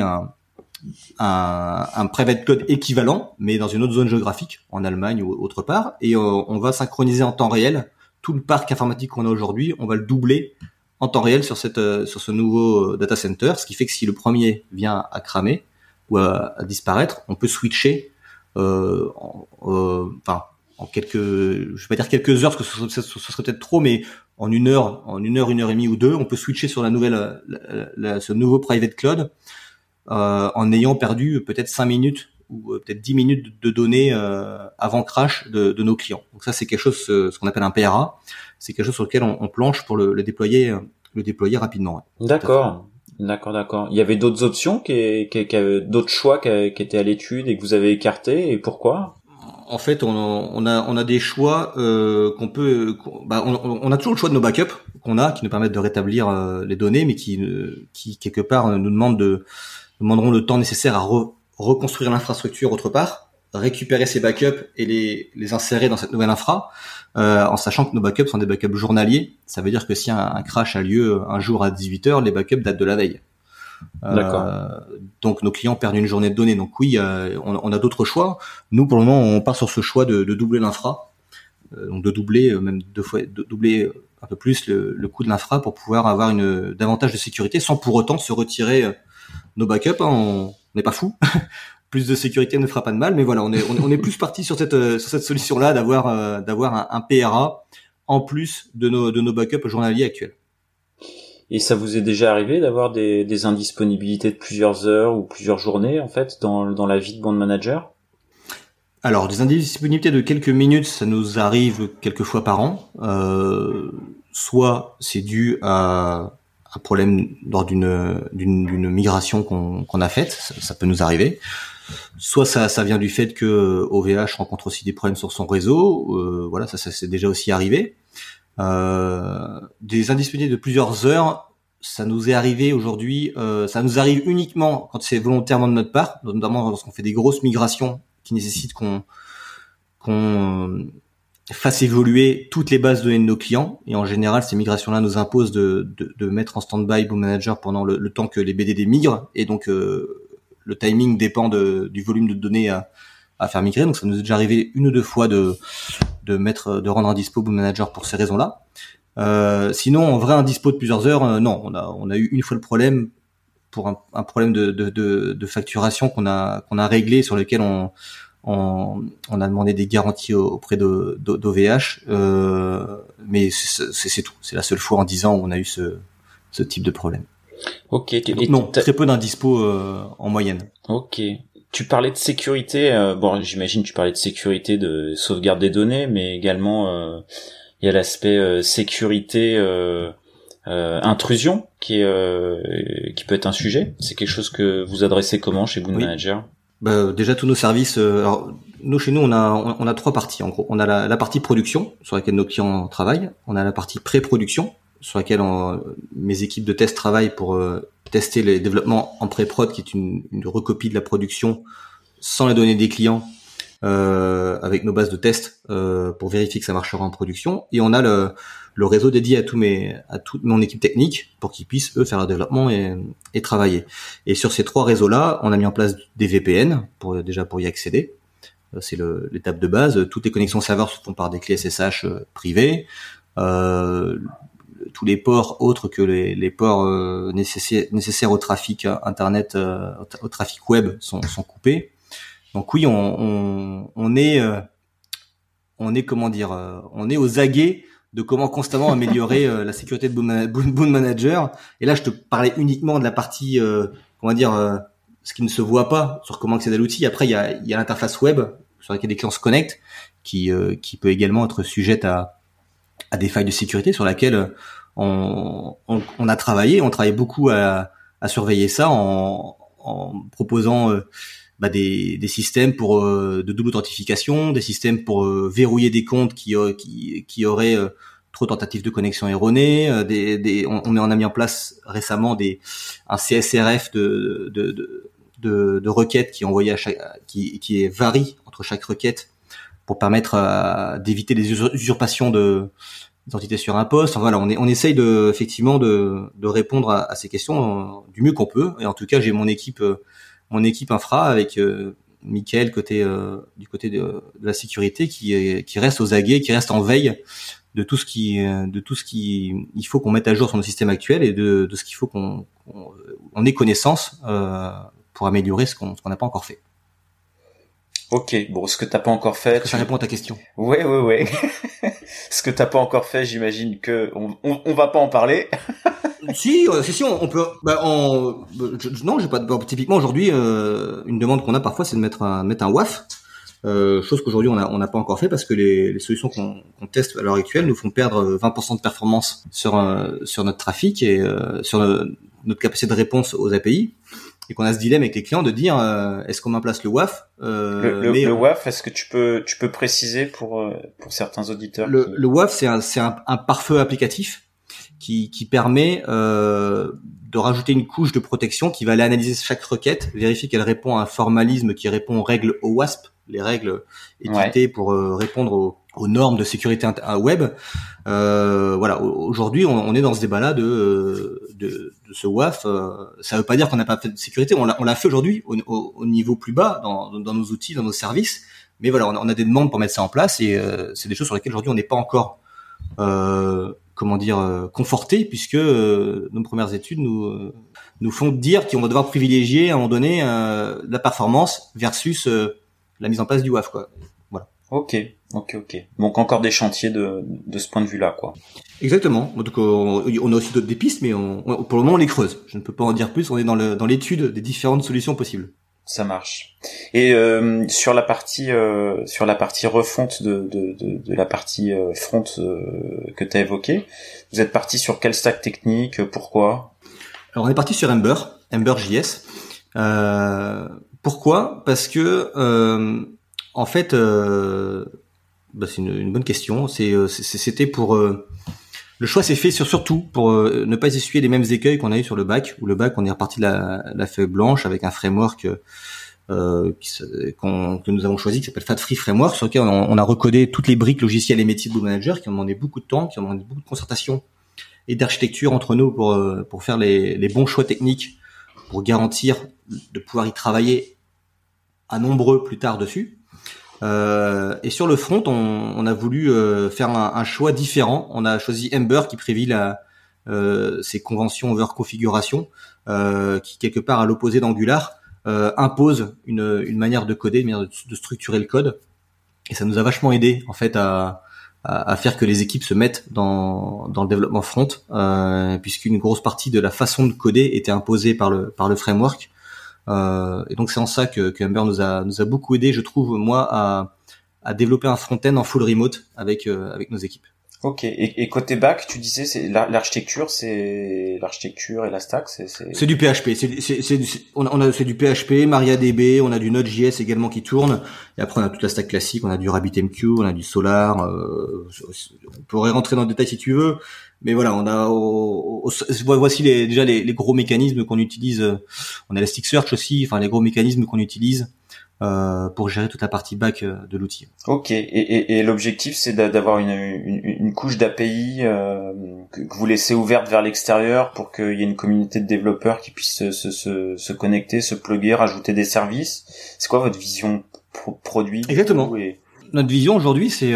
S1: un private cloud équivalent, mais dans une autre zone géographique, en Allemagne ou autre part, et on va synchroniser en temps réel tout le parc informatique qu'on a aujourd'hui. On va le doubler en temps réel sur ce nouveau data center, ce qui fait que si le premier vient à cramer ou à disparaître, on peut switcher en quelques, je vais pas dire quelques heures, parce que ce serait peut-être trop, mais en une heure et demie ou deux, on peut switcher sur ce nouveau private cloud en ayant perdu peut-être 5 minutes ou peut-être 10 minutes de données avant crash de nos clients. Donc ça, c'est quelque chose, ce qu'on appelle un PRA. C'est quelque chose sur lequel on planche pour le déployer rapidement.
S2: Ouais. D'accord. Il y avait d'autres options, d'autres choix qui étaient à l'étude et que vous avez écartés, et pourquoi?
S1: En fait, on a des choix on a toujours le choix de nos backups qui nous permettent de rétablir les données, mais qui quelque part nous demanderont le temps nécessaire à reconstruire l'infrastructure autre part, récupérer ces backups et les insérer dans cette nouvelle infra, en sachant que nos backups sont des backups journaliers. Ça veut dire que si un crash a lieu un jour à 18h, les backups datent de la veille.
S2: D'accord.
S1: Donc nos clients perdent une journée de données. Donc oui, on a d'autres choix. Nous, pour le moment, on part sur ce choix de doubler l'infra donc de doubler, même deux fois, de doubler un peu plus le coût de l'infra pour pouvoir avoir davantage de sécurité sans pour autant se retirer nos backups. On n'est pas fou. Plus de sécurité ne fera pas de mal, mais voilà, on est plus parti sur cette solution-là d'avoir un PRA en plus de nos backups journaliers actuels.
S2: Et ça vous est déjà arrivé d'avoir des indisponibilités de plusieurs heures ou plusieurs journées en fait dans la vie de bond manager?
S1: Alors, des indisponibilités de quelques minutes, ça nous arrive quelques fois par an. Soit c'est dû à un problème lors d'une migration qu'on a faite, ça peut nous arriver. Soit ça vient du fait que OVH rencontre aussi des problèmes sur son réseau. Voilà, ça c'est déjà aussi arrivé. Des indisponibilités de plusieurs heures, ça nous est arrivé aujourd'hui. Ça nous arrive uniquement quand c'est volontairement de notre part, notamment lorsqu'on fait des grosses migrations qui nécessitent qu'on fasse évoluer toutes les bases de données de nos clients. Et en général, ces migrations-là nous imposent de mettre en stand-by Bond Manager pendant le temps que les BDD migrent. Et donc, le timing dépend du volume de données à faire migrer. Donc, ça nous est déjà arrivé une ou deux fois de rendre indispo Bond Manager pour ces raisons-là. Sinon, en vrai, indispo de plusieurs heures, non. On a eu une fois le problème pour un problème de facturation qu'on a réglé, sur lequel on a demandé des garanties auprès d'OVH, mais c'est tout. C'est la seule fois en 10 ans où on a eu ce type de problème.
S2: Ok.
S1: Donc, non, très peu d'indispo en moyenne.
S2: Ok. Tu parlais de sécurité. Bon, j'imagine tu parlais de sécurité de sauvegarde des données, mais également il y a l'aspect sécurité intrusion qui peut être un sujet. C'est quelque chose que vous adressez comment chez Bond Manager?
S1: Déjà tous nos services. Alors chez nous on a trois parties en gros. On a la partie production sur laquelle nos clients travaillent. On a la partie pré-production sur laquelle mes équipes de test travaillent pour tester les développements en pré-prod, qui est une recopie de la production sans les données des clients, avec nos bases de test pour vérifier que ça marchera en production. Et on a le réseau dédié à toute mon équipe technique pour qu'ils puissent eux faire le développement et travailler. Et sur ces trois réseaux-là, on a mis en place des VPN pour y accéder. C'est l'étape de base. Toutes les connexions serveurs se font par des clés SSH privées. Tous les ports autres que les ports nécessaires au trafic internet, au trafic web sont coupés. Donc oui, on est comment dire, on est aux aguets de comment constamment améliorer la sécurité de Bond Manager. Et là, je te parlais uniquement de la partie, ce qui ne se voit pas sur comment accéder à l'outil. Après, il y a l'interface web sur laquelle les clients se connectent, qui peut également être sujette à des failles de sécurité sur laquelle on a travaillé. On travaille beaucoup à surveiller ça en proposant des systèmes pour de double authentification, des systèmes pour verrouiller des comptes qui auraient trop de tentatives de connexion erronées. On a mis en place récemment un CSRF de requêtes qui est envoyé qui varie entre chaque requête pour permettre d'éviter les usurpations d'identité sur un poste. Enfin, voilà, on essaye effectivement de répondre à ces questions du mieux qu'on peut. Et en tout cas, j'ai mon équipe infra avec Mickaël du côté de la sécurité qui reste aux aguets, qui reste en veille de tout ce qui il faut qu'on mette à jour sur nos systèmes actuels et de ce qu'il faut qu'on ait connaissance pour améliorer ce qu'on n'a pas encore fait.
S2: Ok, bon, ce que t'as pas encore fait.
S1: Ça répond à ta question.
S2: Ouais. Ce que t'as pas encore fait, j'imagine que on va pas en parler.
S1: Si, on peut. Non, j'ai pas. Typiquement aujourd'hui, une demande qu'on a parfois, c'est de mettre un WAF. Chose qu'aujourd'hui on n'a pas encore fait parce que les solutions qu'on teste à l'heure actuelle nous font perdre 20% de performance sur notre trafic et sur notre capacité de réponse aux API, et qu'on a ce dilemme avec les clients de dire est-ce qu'on met en place le WAF
S2: le WAF, est-ce que tu peux préciser pour certains auditeurs?
S1: Le WAF, c'est un pare-feu applicatif qui permet de rajouter une couche de protection qui va aller analyser chaque requête, vérifier qu'elle répond à un formalisme qui répond aux règles OWASP, les règles éditées pour répondre aux normes de sécurité web. Voilà, aujourd'hui on est dans ce débat-là de ce WAF. Ça veut pas dire qu'on n'a pas fait de sécurité, on l'a fait aujourd'hui au niveau plus bas dans nos outils, dans nos services, Mais voilà, on a des demandes pour mettre ça en place et c'est des choses sur lesquelles aujourd'hui on n'est pas encore conforté, puisque nos premières études nous font dire qu'on va devoir privilégier à un moment donné la performance versus la mise en place du WAF, quoi. Voilà.
S2: Ok. Donc encore des chantiers de ce point de vue-là, quoi.
S1: Exactement. Donc on a aussi des pistes, mais pour le moment on les creuse. Je ne peux pas en dire plus. On est dans l'étude des différentes solutions possibles.
S2: Ça marche. Et sur la partie refonte de la partie front que tu as évoquée, vous êtes parti sur quel stack technique, pourquoi?
S1: Alors on est parti sur Ember.js. Pourquoi? Parce que en fait c'est une bonne question. C'était pour le choix s'est fait surtout pour ne pas essuyer les mêmes écueils qu'on a eu sur le bac. Où le bac, on est reparti de la feuille blanche avec un framework que nous avons choisi, qui s'appelle Fat Free Framework, sur lequel on a recodé toutes les briques logicielles et métiers de Boot Manager, qui ont demandé beaucoup de temps, qui ont demandé beaucoup de concertation et d'architecture entre nous pour faire les bons choix techniques, pour garantir de pouvoir y travailler à nombreux plus tard dessus. Et sur le front, on a voulu faire un choix différent. On a choisi Ember, qui prévit ces conventions over configuration, qui quelque part à l'opposé d'Angular impose une manière de coder, une manière de structurer le code. Et ça nous a vachement aidé en fait à faire que les équipes se mettent dans le développement front, puisqu'une grosse partie de la façon de coder était imposée par le framework. Et donc c'est en ça que Ember nous a beaucoup aidé, je trouve, moi, à développer un front-end en full remote avec nos équipes.
S2: Ok. Et côté back, tu disais c'est l'architecture et la stack,
S1: c'est du PHP. C'est du PHP, MariaDB, on a du Node.js également qui tourne. Et après on a toute la stack classique, on a du RabbitMQ, on a du Solar. On pourrait rentrer dans le détail si tu veux. Mais voilà, on a voici déjà les gros mécanismes qu'on utilise. On a Elasticsearch aussi, enfin les gros mécanismes qu'on utilise pour gérer toute la partie back de l'outil.
S2: Ok. Et l'objectif, c'est d'avoir une couche d'API que vous laissez ouverte vers l'extérieur pour qu'il y ait une communauté de développeurs qui puissent se connecter, se plugger, rajouter des services. C'est quoi votre vision produit?
S1: Exactement. Notre vision aujourd'hui, c'est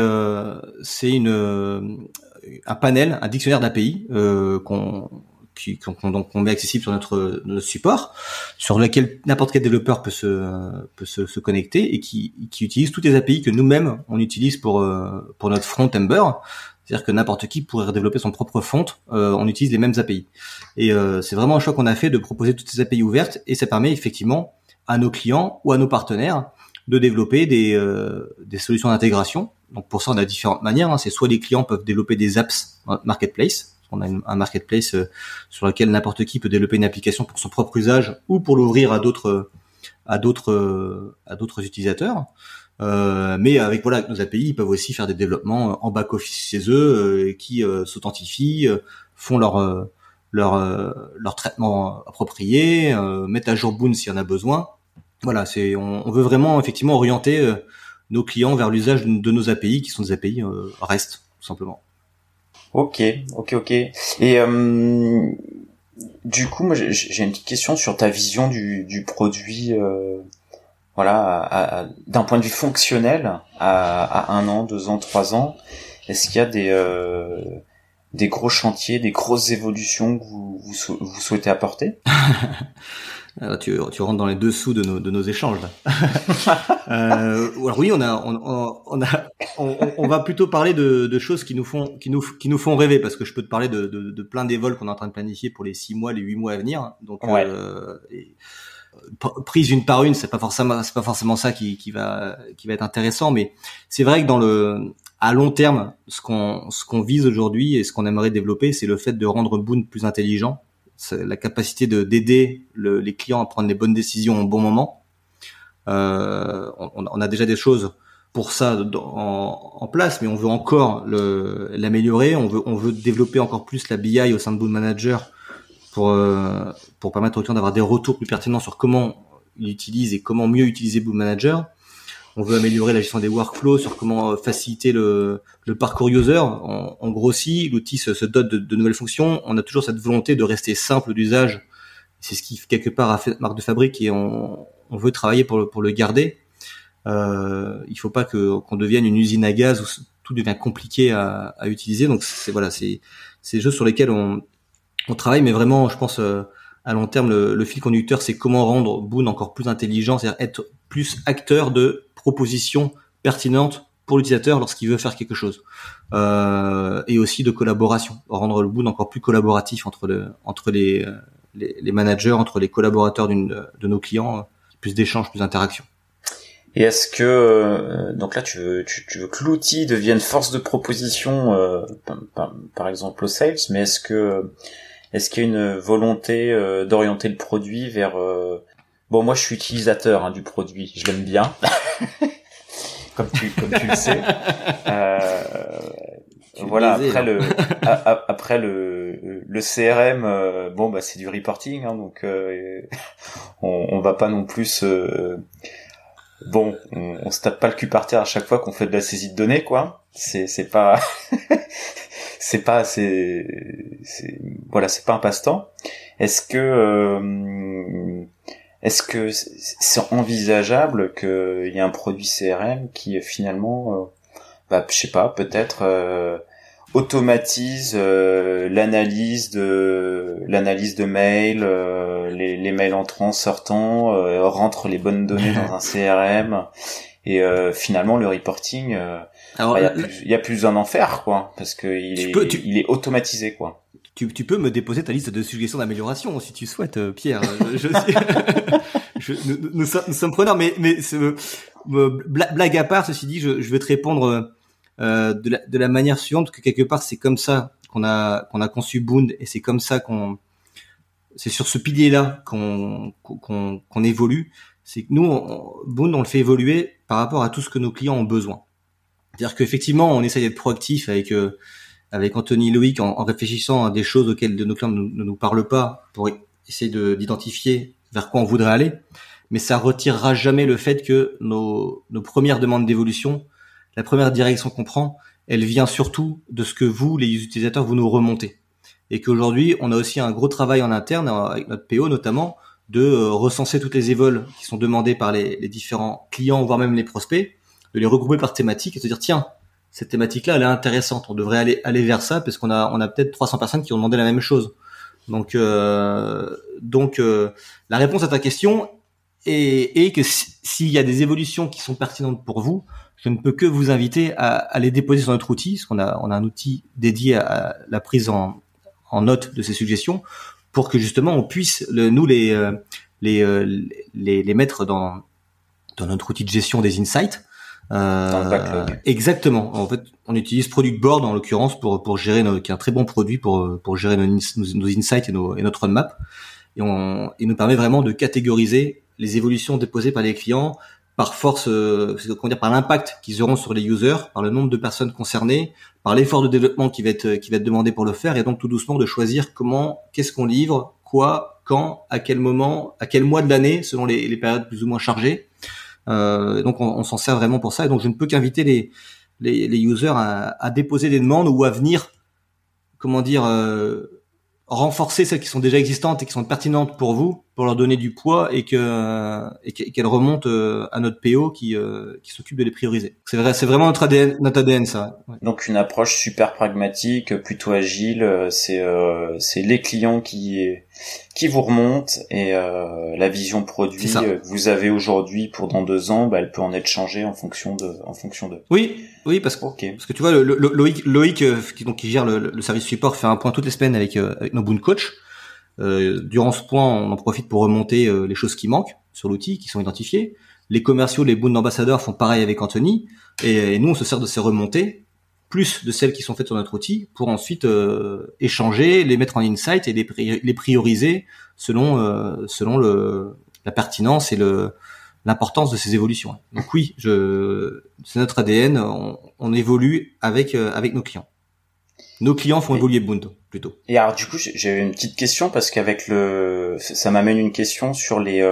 S1: un panel, un dictionnaire d'API qu'on met accessible sur notre support, sur lequel n'importe quel développeur peut se connecter et qui utilise toutes les API que nous-mêmes on utilise pour notre front Ember. C'est-à-dire que n'importe qui pourrait développer son propre front, on utilise les mêmes API. Et c'est vraiment un choix qu'on a fait de proposer toutes ces API ouvertes, et ça permet effectivement à nos clients ou à nos partenaires de développer des solutions d'intégration. Donc pour ça, on a différentes manières. C'est soit les clients peuvent développer des apps dans notre marketplace. On a un marketplace sur lequel n'importe qui peut développer une application pour son propre usage ou pour l'ouvrir à d'autres utilisateurs. Mais avec nos API, ils peuvent aussi faire des développements en back office chez eux, qui s'authentifient, font leur traitement approprié, mettent à jour Boon s'il y en a besoin. Voilà, on veut vraiment effectivement orienter nos clients vers l'usage de nos API, qui sont des API REST, tout simplement.
S2: Ok. Et du coup, moi, j'ai une petite question sur ta vision du produit. D'un point de vue fonctionnel, à 1 an, 2 ans, 3 ans, est-ce qu'il y a des gros chantiers, des grosses évolutions que vous souhaitez apporter?
S1: Alors tu rentres dans les dessous de nos échanges là. Alors oui, on va plutôt parler de choses qui nous font rêver, parce que je peux te parler de plein d'évols qu'on est en train de planifier pour les 6 mois, les 8 mois à venir. Donc
S2: ouais.
S1: Prise une par une, c'est pas forcément ça qui va être intéressant, mais c'est vrai que à long terme, ce qu'on vise aujourd'hui et ce qu'on aimerait développer, c'est le fait de rendre Boon plus intelligent. C'est la capacité d'aider les clients à prendre les bonnes décisions au bon moment. On a déjà des choses pour ça en place, mais on veut encore l'améliorer. On veut développer encore plus la BI au sein de Boon Manager pour permettre aux clients d'avoir des retours plus pertinents sur comment ils utilisent et comment mieux utiliser Boon Manager. On veut améliorer la gestion des workflows, sur comment faciliter le parcours user. On grossit, l'outil se dote de nouvelles fonctions. On a toujours cette volonté de rester simple d'usage. C'est ce qui quelque part a fait notre marque de fabrique, et on veut travailler pour le garder. Il faut pas qu'on devienne une usine à gaz où tout devient compliqué à utiliser. Donc c'est des choses sur lesquelles on travaille, mais vraiment, je pense, à long terme, le fil conducteur, c'est comment rendre Boon encore plus intelligent, c'est-à-dire être plus acteur de propositions pertinentes pour l'utilisateur lorsqu'il veut faire quelque chose, et aussi de collaboration, rendre le Boon encore plus collaboratif entre les managers, entre les collaborateurs de nos clients, plus d'échanges, plus d'interactions.
S2: Et est-ce que donc là tu veux que l'outil devienne force de proposition par exemple au sales, mais est-ce qu'il y a une volonté d'orienter le produit vers bon, moi je suis utilisateur du produit, je l'aime bien comme tu le sais. Voilà, après le CRM, bon bah c'est du reporting, donc on va pas non plus bon, on se tape pas le cul par terre à chaque fois qu'on fait de la saisie de données, quoi. C'est pas voilà, c'est pas un passe-temps. Est-ce que c'est envisageable qu'il y ait un produit CRM qui finalement je sais pas, peut-être automatise l'analyse de mails, les mails entrants, sortants, rentre les bonnes données dans un CRM, et finalement le reporting, il y a plus besoin d'en faire, quoi, parce que il est automatisé, quoi.
S1: Tu peux me déposer ta liste de suggestions d'amélioration si tu souhaites, Pierre. Nous sommes preneurs, mais blague à part, ceci dit, je vais te répondre de la manière suivante, que quelque part c'est comme ça qu'on a conçu Boon, et c'est comme ça c'est sur ce pilier-là qu'on évolue. C'est que nous, Boon, on le fait évoluer par rapport à tout ce que nos clients ont besoin. C'est-à-dire qu'effectivement, on essaye d'être proactif avec Anthony et Loïc en réfléchissant à des choses auxquelles nos clients ne nous parlent pas, pour essayer d'identifier vers quoi on voudrait aller. Mais ça retirera jamais le fait que nos premières demandes d'évolution, la première direction qu'on prend, elle vient surtout de ce que vous, les utilisateurs, vous nous remontez. Et qu'aujourd'hui, on a aussi un gros travail en interne, avec notre PO notamment, de recenser toutes les évols qui sont demandées par les différents clients, voire même les prospects, de les regrouper par thématique et se dire, tiens, cette thématique-là, elle est intéressante, on devrait aller vers ça, parce qu'on a peut-être 300 personnes qui ont demandé la même chose. Donc la réponse à ta question est que s'il y a des évolutions qui sont pertinentes pour vous, je ne peux que vous inviter à les déposer sur notre outil, parce qu'on a un outil dédié à la prise en note de ces suggestions, pour que justement on puisse les mettre dans notre outil de gestion des insights.
S2: Dans le backlog.
S1: Exactement. En fait, on utilise Product Board en l'occurrence pour gérer qui est un très bon produit pour gérer nos insights et notre roadmap. Et il nous permet vraiment de catégoriser les évolutions déposées par les clients par force, par l'impact qu'ils auront sur les users, par le nombre de personnes concernées, par l'effort de développement qui va être demandé pour le faire, et donc tout doucement de choisir qu'est-ce qu'on livre, quoi, quand, à quel moment, à quel mois de l'année, selon les périodes plus ou moins chargées. Donc on s'en sert vraiment pour ça, et donc je ne peux qu'inviter les users à déposer des demandes ou à venir, renforcer celles qui sont déjà existantes et qui sont pertinentes pour vous, pour leur donner du poids, et qu'elles remontent à notre PO qui s'occupe de les prioriser. C'est vrai, c'est vraiment notre ADN ça. Ouais.
S2: Donc une approche super pragmatique, plutôt agile, c'est les clients qui vous remontent, et la vision produit que vous avez aujourd'hui pour dans 2 ans, elle peut en être changée en fonction de.
S1: Oui, parce que tu vois, Loïc qui gère le service support, fait un point toutes les semaines avec nos Boon Coach. Durant ce point, on en profite pour remonter les choses qui manquent sur l'outil, qui sont identifiées. Les commerciaux, les Boon ambassadeurs font pareil avec Anthony, et nous on se sert de ces remontées, plus de celles qui sont faites sur notre outil, pour ensuite échanger, les mettre en insight et les prioriser selon la pertinence et l'importance de ces évolutions. Donc oui, c'est notre ADN, on évolue avec nos clients. Nos clients font évoluer Boon plutôt.
S2: Et alors du coup, j'avais une petite question, parce qu'avec ça m'amène une question sur les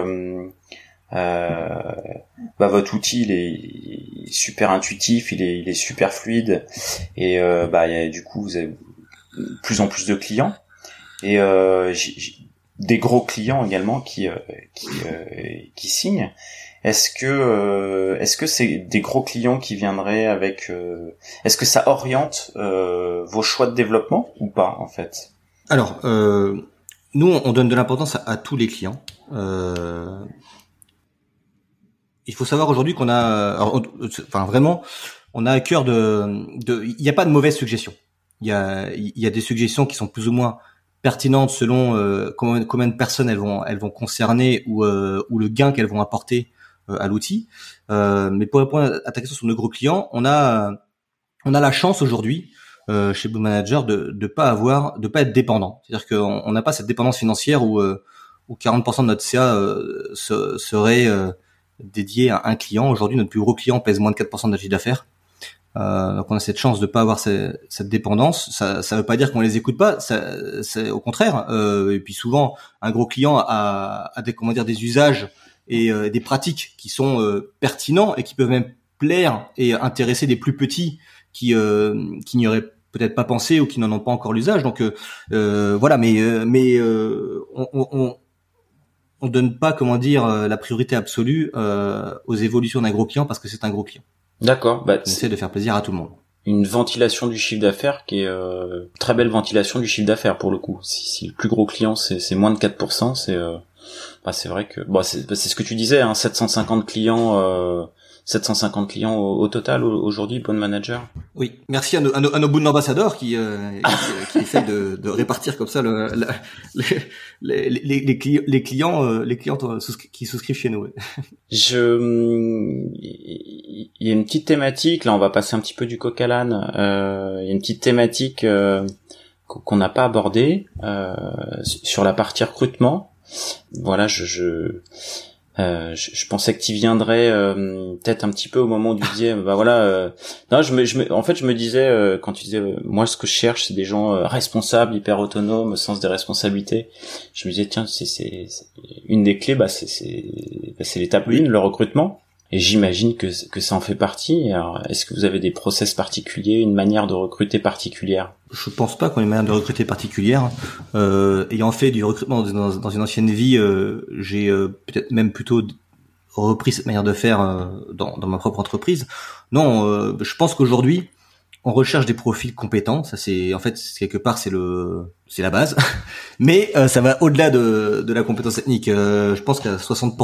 S2: votre outil, il est super intuitif, il est super fluide, et du coup vous avez de plus en plus de clients, et des gros clients également qui signent. Est-ce que c'est des gros clients qui viendraient avec est-ce que ça oriente vos choix de développement ou pas en fait?
S1: Alors, nous, on donne de l'importance à tous les clients. Il faut savoir aujourd'hui qu'on a, vraiment, on a à cœur il n'y a pas de mauvaise suggestion. Il y a des suggestions qui sont plus ou moins pertinentes selon combien de personnes elles vont concerner ou le gain qu'elles vont apporter à l'outil. Mais pour répondre à ta question sur nos gros clients, on a la chance aujourd'hui chez Boon Manager de pas être dépendant. C'est-à-dire qu'on n'a pas cette dépendance financière où 40% de notre CA serait dédié à un client. Aujourd'hui, notre plus gros client pèse moins de 4% de notre chiffre d'affaires. Donc on a cette chance de pas avoir cette dépendance. Ça veut pas dire qu'on les écoute pas. C'est au contraire. Et puis souvent, un gros client a des usages et des pratiques qui sont pertinents et qui peuvent même plaire et intéresser des plus petits qui n'y auraient peut-être pas pensé ou qui n'en ont pas encore l'usage. Donc voilà. Mais on donne pas la priorité absolue aux évolutions d'un gros client parce que c'est un gros client.
S2: D'accord.
S1: On essaie de faire plaisir à tout le monde.
S2: Une ventilation du chiffre d'affaires qui est très belle ventilation du chiffre d'affaires pour le coup. Si le plus gros client c'est moins de 4%, c'est vrai que c'est ce que tu disais, hein, 750 clients au total aujourd'hui, Boon Manager.
S1: Oui, merci à nos Boon ambassadeurs qui essayent de répartir comme ça les clients qui souscrivent chez nous.
S2: Il y a une petite thématique, là on va passer un petit peu du coq à l'âne. Il y a une petite thématique qu'on n'a pas abordée sur la partie recrutement. Voilà, je pensais que tu viendrais peut-être un petit peu au moment où tu disais non, je me disais quand tu disais moi ce que je cherche c'est des gens responsables, hyper autonomes, au sens des responsabilités. Je me disais tiens, c'est une des clés, c'est l'étape 1, le recrutement. Et j'imagine que ça en fait partie. Alors, est-ce que vous avez des process particuliers, une manière de recruter particulière?
S1: Je pense pas qu'on ait une manière de recruter particulière. Ayant fait du recrutement dans une ancienne vie, j'ai peut-être même plutôt repris cette manière de faire dans ma propre entreprise. Non, je pense qu'aujourd'hui, on recherche des profils compétents. Ça, quelque part, c'est la base. Mais ça va au-delà de la compétence technique. Je pense qu'à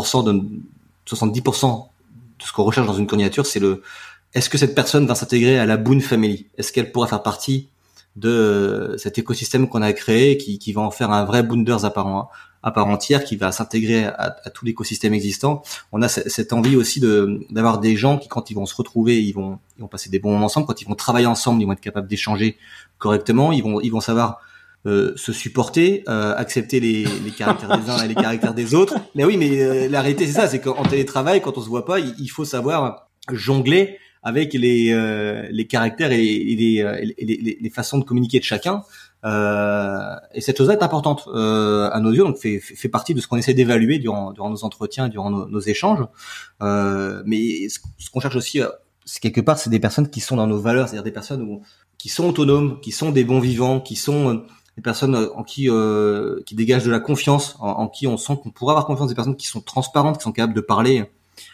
S1: 70% de ce qu'on recherche dans une candidature, c'est est-ce que cette personne va s'intégrer à la Boon Family? Est-ce qu'elle pourra faire partie de cet écosystème qu'on a créé, qui va en faire un vrai Boonders à part entière, qui va s'intégrer à tout l'écosystème existant? On a cette envie aussi d'avoir des gens qui, quand ils vont se retrouver, ils vont passer des bons moments ensemble. Quand ils vont travailler ensemble, ils vont être capables d'échanger correctement. Ils vont savoir se supporter, accepter les caractères des uns et les caractères des autres. Mais oui, mais la réalité c'est ça, c'est qu'en télétravail, quand on se voit pas, il faut savoir jongler avec les caractères et les façons de communiquer de chacun. Et cette chose-là est importante à nos yeux, donc fait partie de ce qu'on essaie d'évaluer durant nos entretiens, durant nos échanges. Mais ce qu'on cherche aussi, c'est quelque part, c'est des personnes qui sont dans nos valeurs, c'est-à-dire des personnes qui sont autonomes, qui sont des bons vivants, qui sont des personnes en qui dégagent de la confiance, en qui on sent qu'on pourra avoir confiance, des personnes qui sont transparentes, qui sont capables de parler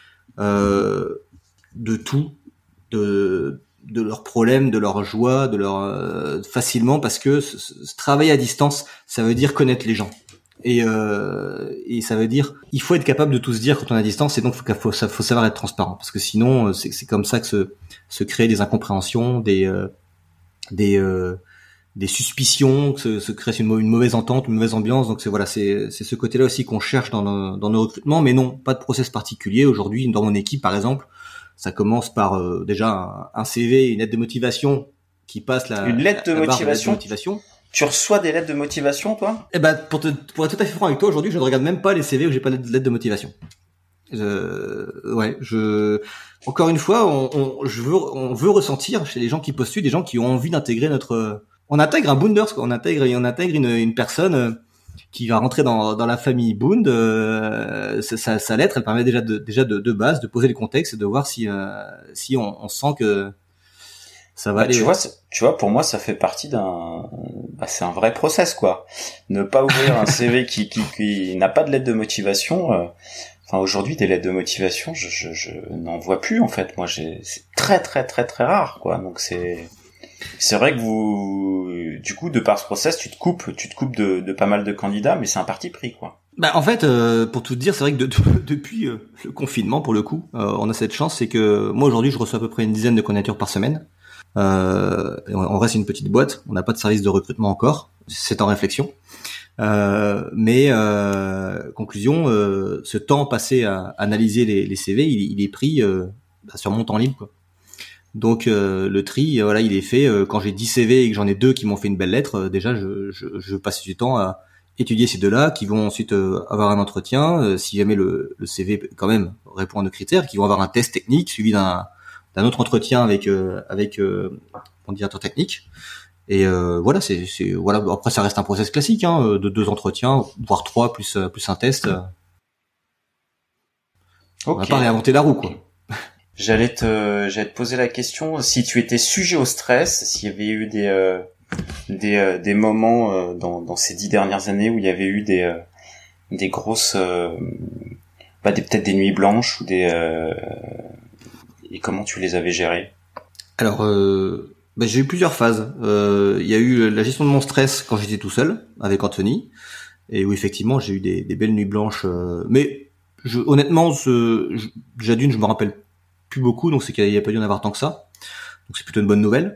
S1: de tout, de leurs problèmes, de leurs joies, de leur facilement, parce que travailler à distance, ça veut dire connaître les gens. Et ça veut dire, il faut être capable de tout se dire quand on est à distance, et donc faut savoir être transparent, parce que sinon c'est comme ça que se créent des incompréhensions, des suspicions, que se crée une mauvaise entente, une mauvaise ambiance. Donc c'est ce côté-là aussi qu'on cherche dans nos recrutements, mais non, pas de process particulier. Aujourd'hui, dans mon équipe, par exemple, ça commence par déjà un CV, une lettre de motivation qui passe
S2: une lettre de motivation. Tu reçois des lettres de motivation, toi?
S1: Eh ben, pour être tout à fait franc avec toi, aujourd'hui, je ne regarde même pas les CV où j'ai pas de lettre de motivation. Encore une fois, on veut ressentir chez les gens qui postulent, des gens qui ont envie d'intégrer on intègre un Boonders, quoi. On intègre une personne qui va rentrer dans la famille Boond. Sa lettre, elle permet déjà de base de poser le contexte et de voir si on sent que ça va aller.
S2: Tu vois, pour moi, ça fait partie c'est un vrai process, quoi. Ne pas ouvrir un CV qui n'a pas de lettre de motivation. Enfin, aujourd'hui, des lettres de motivation, je n'en vois plus, en fait. Moi, c'est très, très, très, très rare, quoi. Donc, c'est vrai que du coup, de par ce process, tu te coupes de pas mal de candidats, mais c'est un parti pris, quoi.
S1: Bah, en fait, pour tout te dire, c'est vrai que depuis le confinement, pour le coup, on a cette chance, c'est que moi, aujourd'hui, je reçois à peu près une dizaine de candidatures par semaine. On reste une petite boîte, on n'a pas de service de recrutement encore, c'est en réflexion. Mais conclusion, ce temps passé à analyser les CV, il est pris sur mon temps libre, quoi. Donc le tri, voilà, il est fait. Quand j'ai 10 CV et que j'en ai 2 qui m'ont fait une belle lettre, déjà je passe du temps à étudier ces deux-là, qui vont ensuite avoir un entretien. Si jamais le CV quand même répond à nos critères, qui vont avoir un test technique suivi d'un autre entretien avec mon directeur technique. Et voilà, c'est voilà. Après, ça reste un process classique, hein, de 2 entretiens, voire 3 plus un test. On va pas réinventer la roue, quoi.
S2: J'allais te poser la question si tu étais sujet au stress, s'il y avait eu des moments dans ces 10 dernières années où il y avait eu des grosses peut-être des nuits blanches ou et comment tu les avais gérées?
S1: Alors j'ai eu plusieurs phases. Il y a eu la gestion de mon stress quand j'étais tout seul avec Anthony, et où effectivement j'ai eu des belles nuits blanches, mais honnêtement déjà d'une, je me rappelle plus beaucoup, donc c'est qu'il n'y a pas dû en avoir tant que ça, donc c'est plutôt une bonne nouvelle.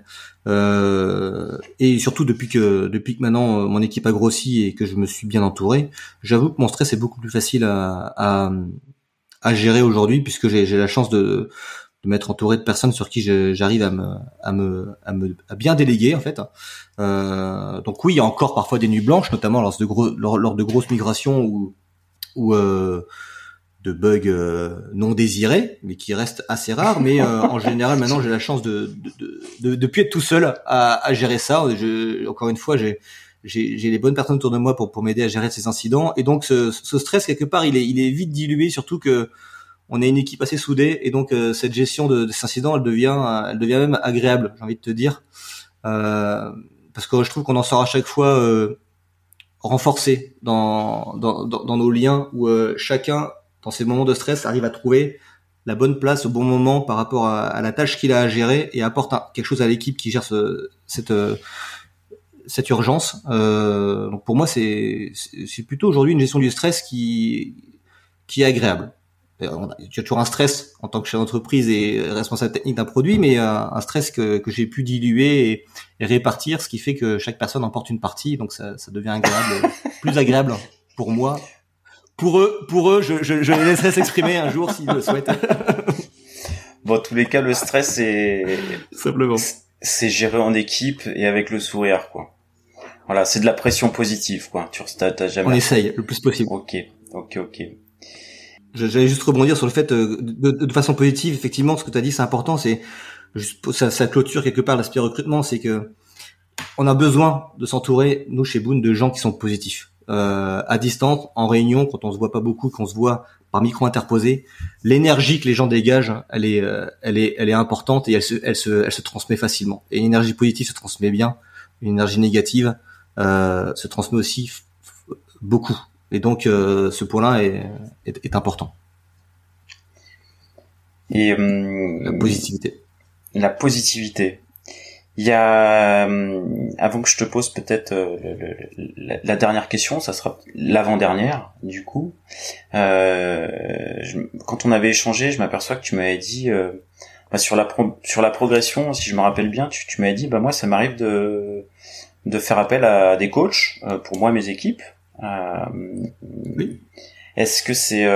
S1: Et surtout depuis que maintenant mon équipe a grossi et que je me suis bien entouré, j'avoue que mon stress est beaucoup plus facile à gérer aujourd'hui, puisque j'ai la chance de m'être entouré de personnes sur qui j'arrive à bien déléguer, en fait. Donc oui, il y a encore parfois des nuits blanches, notamment lors de grosses migrations ou de bugs non désirés, mais qui restent assez rares. Mais en général, maintenant, j'ai la chance de plus être tout seul à gérer ça. Encore une fois, j'ai les bonnes personnes autour de moi pour m'aider à gérer ces incidents. Et donc, ce stress, quelque part, il est vite dilué, surtout que on est une équipe assez soudée, et donc cette gestion de cet incident, elle devient même agréable, j'ai envie de te dire, parce que je trouve qu'on en sort à chaque fois renforcé dans nos liens, où chacun, dans ces moments de stress, arrive à trouver la bonne place au bon moment par rapport à la tâche qu'il a à gérer, et apporte quelque chose à l'équipe qui gère cette urgence. Donc pour moi, c'est plutôt aujourd'hui une gestion du stress qui est agréable. Tu as toujours un stress en tant que chef d'entreprise et responsable technique d'un produit, mais un stress que j'ai pu diluer et répartir, ce qui fait que chaque personne en porte une partie, donc ça devient agréable, plus agréable pour moi. Pour eux, je les laisserai s'exprimer un jour s'ils le souhaitent.
S2: Bon, en tous les cas, le stress, c'est géré en équipe et avec le sourire, quoi. Voilà, c'est de la pression positive, quoi. T'as jamais...
S1: On essaye le plus possible.
S2: Ok.
S1: J'allais juste rebondir sur le fait de façon positive, effectivement, ce que tu as dit, c'est important, c'est juste ça clôture quelque part l'aspect recrutement, c'est que on a besoin de s'entourer, nous chez Boon, de gens qui sont positifs. À distance, en réunion, quand on se voit pas beaucoup, qu'on se voit par micro interposé, l'énergie que les gens dégagent, elle est importante, et elle se transmet facilement. Et une énergie positive se transmet bien, une énergie négative se transmet aussi beaucoup. Et donc ce point-là est important.
S2: Et la positivité. Il y a avant que je te pose peut-être la dernière question, ça sera l'avant-dernière du coup. Quand on avait échangé, je m'aperçois que tu m'avais dit sur la progression, si je me rappelle bien, tu m'avais dit moi ça m'arrive de faire appel à des coachs pour moi mes équipes. Oui. Est-ce que c'est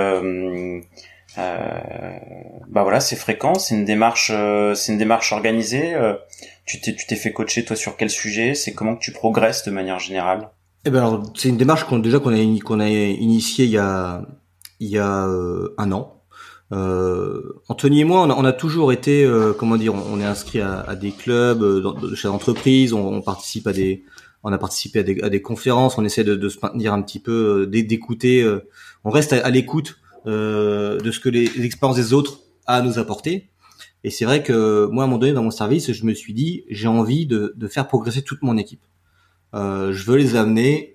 S2: c'est fréquent, c'est une démarche organisée. Tu t'es fait coacher toi sur quel sujet? C'est comment que tu progresses de manière générale?
S1: Alors c'est une démarche qu'on a initiée il y a un an. Anthony et moi, on a toujours été on est inscrit à des clubs de chez l'entreprise, on participe on a participé à des conférences, on essaie de se maintenir un petit peu, d'écouter, on reste à l'écoute de ce que les expériences des autres a à nous apporter. Et c'est vrai que moi, à un moment donné, dans mon service, je me suis dit, j'ai envie de faire progresser toute mon équipe. Je veux les amener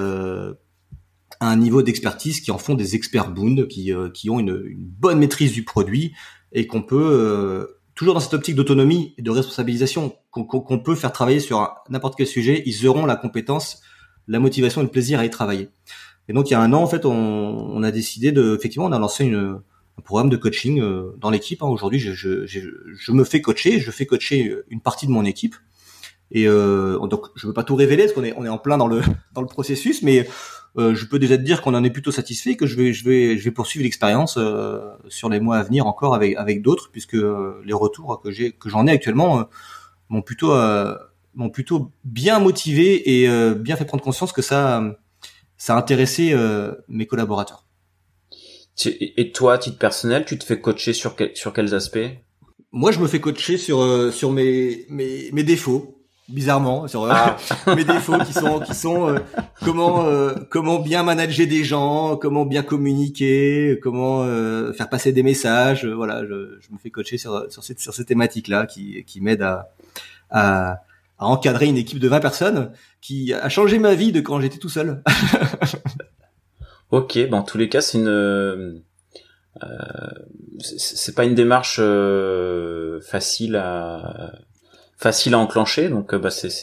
S1: à un niveau d'expertise qui en font des experts Boon, qui ont une bonne maîtrise du produit et qu'on peut toujours dans cette optique d'autonomie et de responsabilisation qu'on peut faire travailler sur n'importe quel sujet. Ils auront la compétence, la motivation et le plaisir à y travailler. Et donc il y a un an, en fait, on a décidé effectivement, on a lancé un programme de coaching dans l'équipe. Aujourd'hui, je me fais coacher, je fais coacher une partie de mon équipe. Et donc je veux pas tout révéler parce qu'on est en plein dans le processus, mais je peux déjà te dire qu'on en est plutôt satisfait, que je vais poursuivre l'expérience sur les mois à venir encore avec d'autres, puisque les retours que j'en ai actuellement m'ont plutôt bien motivé et bien fait prendre conscience que ça a intéressé mes collaborateurs.
S2: Et toi, à titre personnel, tu te fais coacher sur quels aspects?
S1: Moi, je me fais coacher sur mes défauts. Bizarrement, sur mes défauts qui sont comment bien manager des gens, comment bien communiquer, comment faire passer des messages. Voilà, je me fais coacher sur ces thématiques-là qui m'aident à encadrer une équipe de 20 personnes qui a changé ma vie de quand j'étais tout seul.
S2: Ok, en tous les cas, c'est pas une démarche facile à enclencher, donc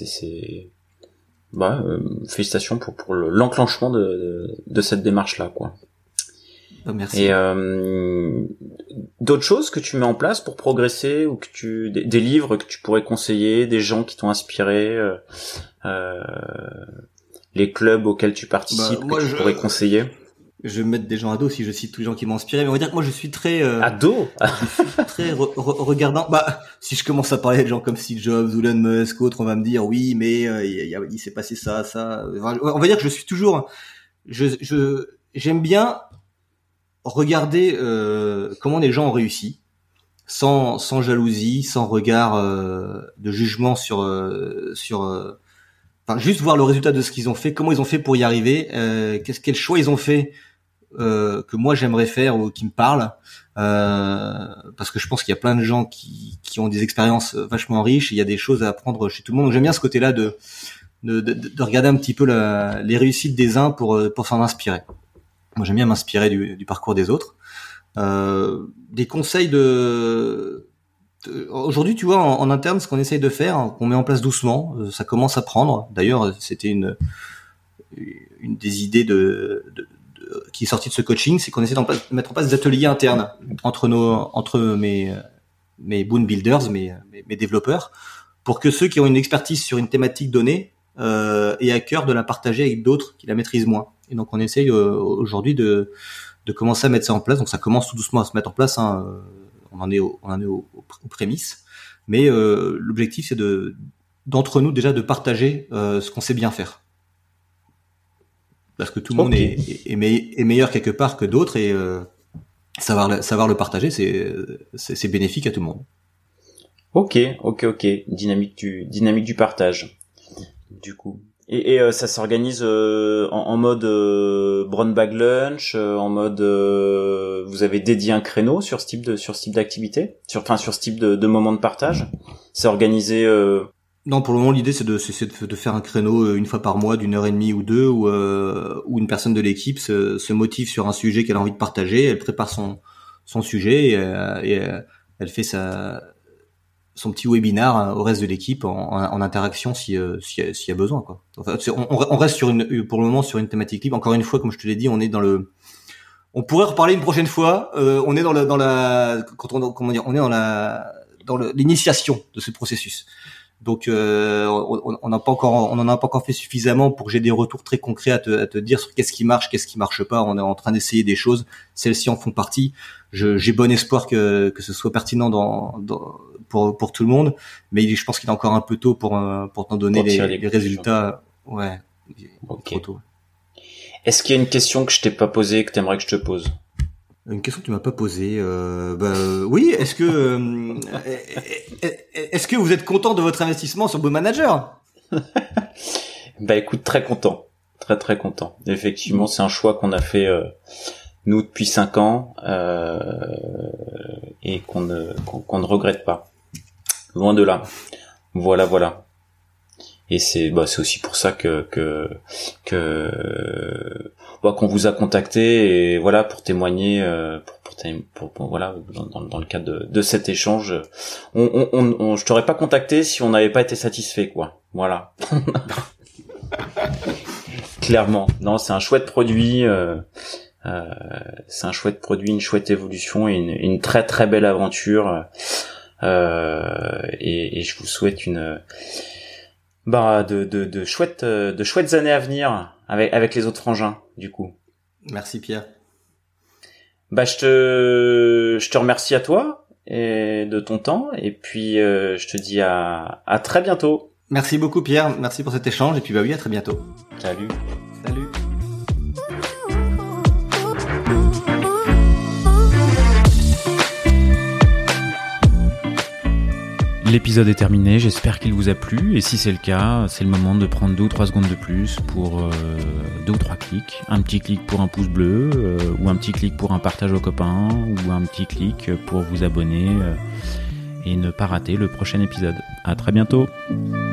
S2: félicitations pour l'enclenchement de cette démarche là, quoi.
S1: Merci.
S2: Et d'autres choses que tu mets en place pour progresser, ou que des livres que tu pourrais conseiller, des gens qui t'ont inspiré, les clubs auxquels tu participes, que tu pourrais conseiller?
S1: Je vais me mettre des gens à dos si je cite tous les gens qui m'ont inspiré, mais on va dire que moi je suis très
S2: à dos.
S1: Je suis très regardant. Si je commence à parler de gens comme Steve Jobs ou Elon Musk, autres, on va me dire oui, mais il s'est passé ça. On va dire que je suis toujours. J'aime bien regarder comment les gens ont réussi, sans jalousie, sans regard de jugement juste voir le résultat de ce qu'ils ont fait, comment ils ont fait pour y arriver, quel choix ils ont fait que moi j'aimerais faire ou qui me parlent, parce que je pense qu'il y a plein de gens qui ont des expériences vachement riches et il y a des choses à apprendre chez tout le monde. Donc j'aime bien ce côté-là de regarder un petit peu les réussites des uns pour s'en inspirer. Moi j'aime bien m'inspirer du parcours des autres. Des conseils aujourd'hui, tu vois, en interne, ce qu'on essaye de faire, qu'on met en place doucement, ça commence à prendre. D'ailleurs, c'était une des idées qui est sortie de ce coaching, c'est qu'on essaie de mettre en place des ateliers internes entre mes Boon Builders, mes développeurs, pour que ceux qui ont une expertise sur une thématique donnée aient à cœur de la partager avec d'autres qui la maîtrisent moins. Et donc, on essaye aujourd'hui de commencer à mettre ça en place. Donc, ça commence tout doucement à se mettre en place. On en est aux prémices, mais l'objectif c'est d'entre nous déjà de partager ce qu'on sait bien faire, parce que tout le monde est meilleur quelque part que d'autres, et savoir le partager, c'est bénéfique à tout le monde.
S2: Ok. Dynamique du partage, du coup. Et ça s'organise en mode brown bag lunch, en mode vous avez dédié un créneau sur ce type d'activité, sur ce type de moment de partage. C'est organisé.
S1: Non, pour le moment, l'idée c'est de faire un créneau une fois par mois d'1h30 ou 2, où une personne de l'équipe se motive sur un sujet qu'elle a envie de partager, elle prépare son sujet et elle fait son petit webinar au reste de l'équipe en interaction s'il y a besoin, quoi. Enfin, on reste pour le moment sur une thématique libre. Encore une fois, comme je te l'ai dit, on est on pourrait reparler une prochaine fois. On est dans l'initiation de ce processus. Donc on n'en a pas encore fait suffisamment pour que j'ai des retours très concrets à te dire sur qu'est-ce qui marche, qu'est-ce qui marche pas. On est en train d'essayer des choses. Celles-ci en font partie. J'ai bon espoir que ce soit pertinent pour tout le monde, mais je pense qu'il est encore un peu tôt pour t'en donner les résultats. Ouais.
S2: Okay.
S1: Trop tôt.
S2: Est-ce qu'il y a une question que je t'ai pas posée que t'aimerais que je te pose?
S1: Une question que tu m'as pas posée. Oui. Est-ce que vous êtes content de votre investissement sur Boon Manager?
S2: Écoute, très content, très content. Effectivement, c'est un choix qu'on a fait nous depuis 5 ans et qu'on ne regrette pas. Loin de là. Voilà. Et c'est aussi pour ça que qu'on vous a contacté et voilà pour témoigner pour voilà dans le cadre de cet échange. Je t'aurais pas contacté si on n'avait pas été satisfait quoi. Voilà. Clairement. Non, c'est un chouette produit. C'est un chouette produit, une chouette évolution et une très très belle aventure. Et je vous souhaite de chouettes années à venir avec les autres frangins du coup.
S1: Merci Pierre.
S2: Je te remercie à toi et de ton temps et puis je te dis à très bientôt.
S1: Merci beaucoup Pierre, merci pour cet échange et puis oui, à très bientôt.
S2: Salut.
S3: L'épisode est terminé, j'espère qu'il vous a plu, et si c'est le cas, c'est le moment de prendre 2 ou 3 secondes de plus pour 2 ou 3 clics. Un petit clic pour un pouce bleu, ou un petit clic pour un partage aux copains, ou un petit clic pour vous abonner et ne pas rater le prochain épisode. À très bientôt.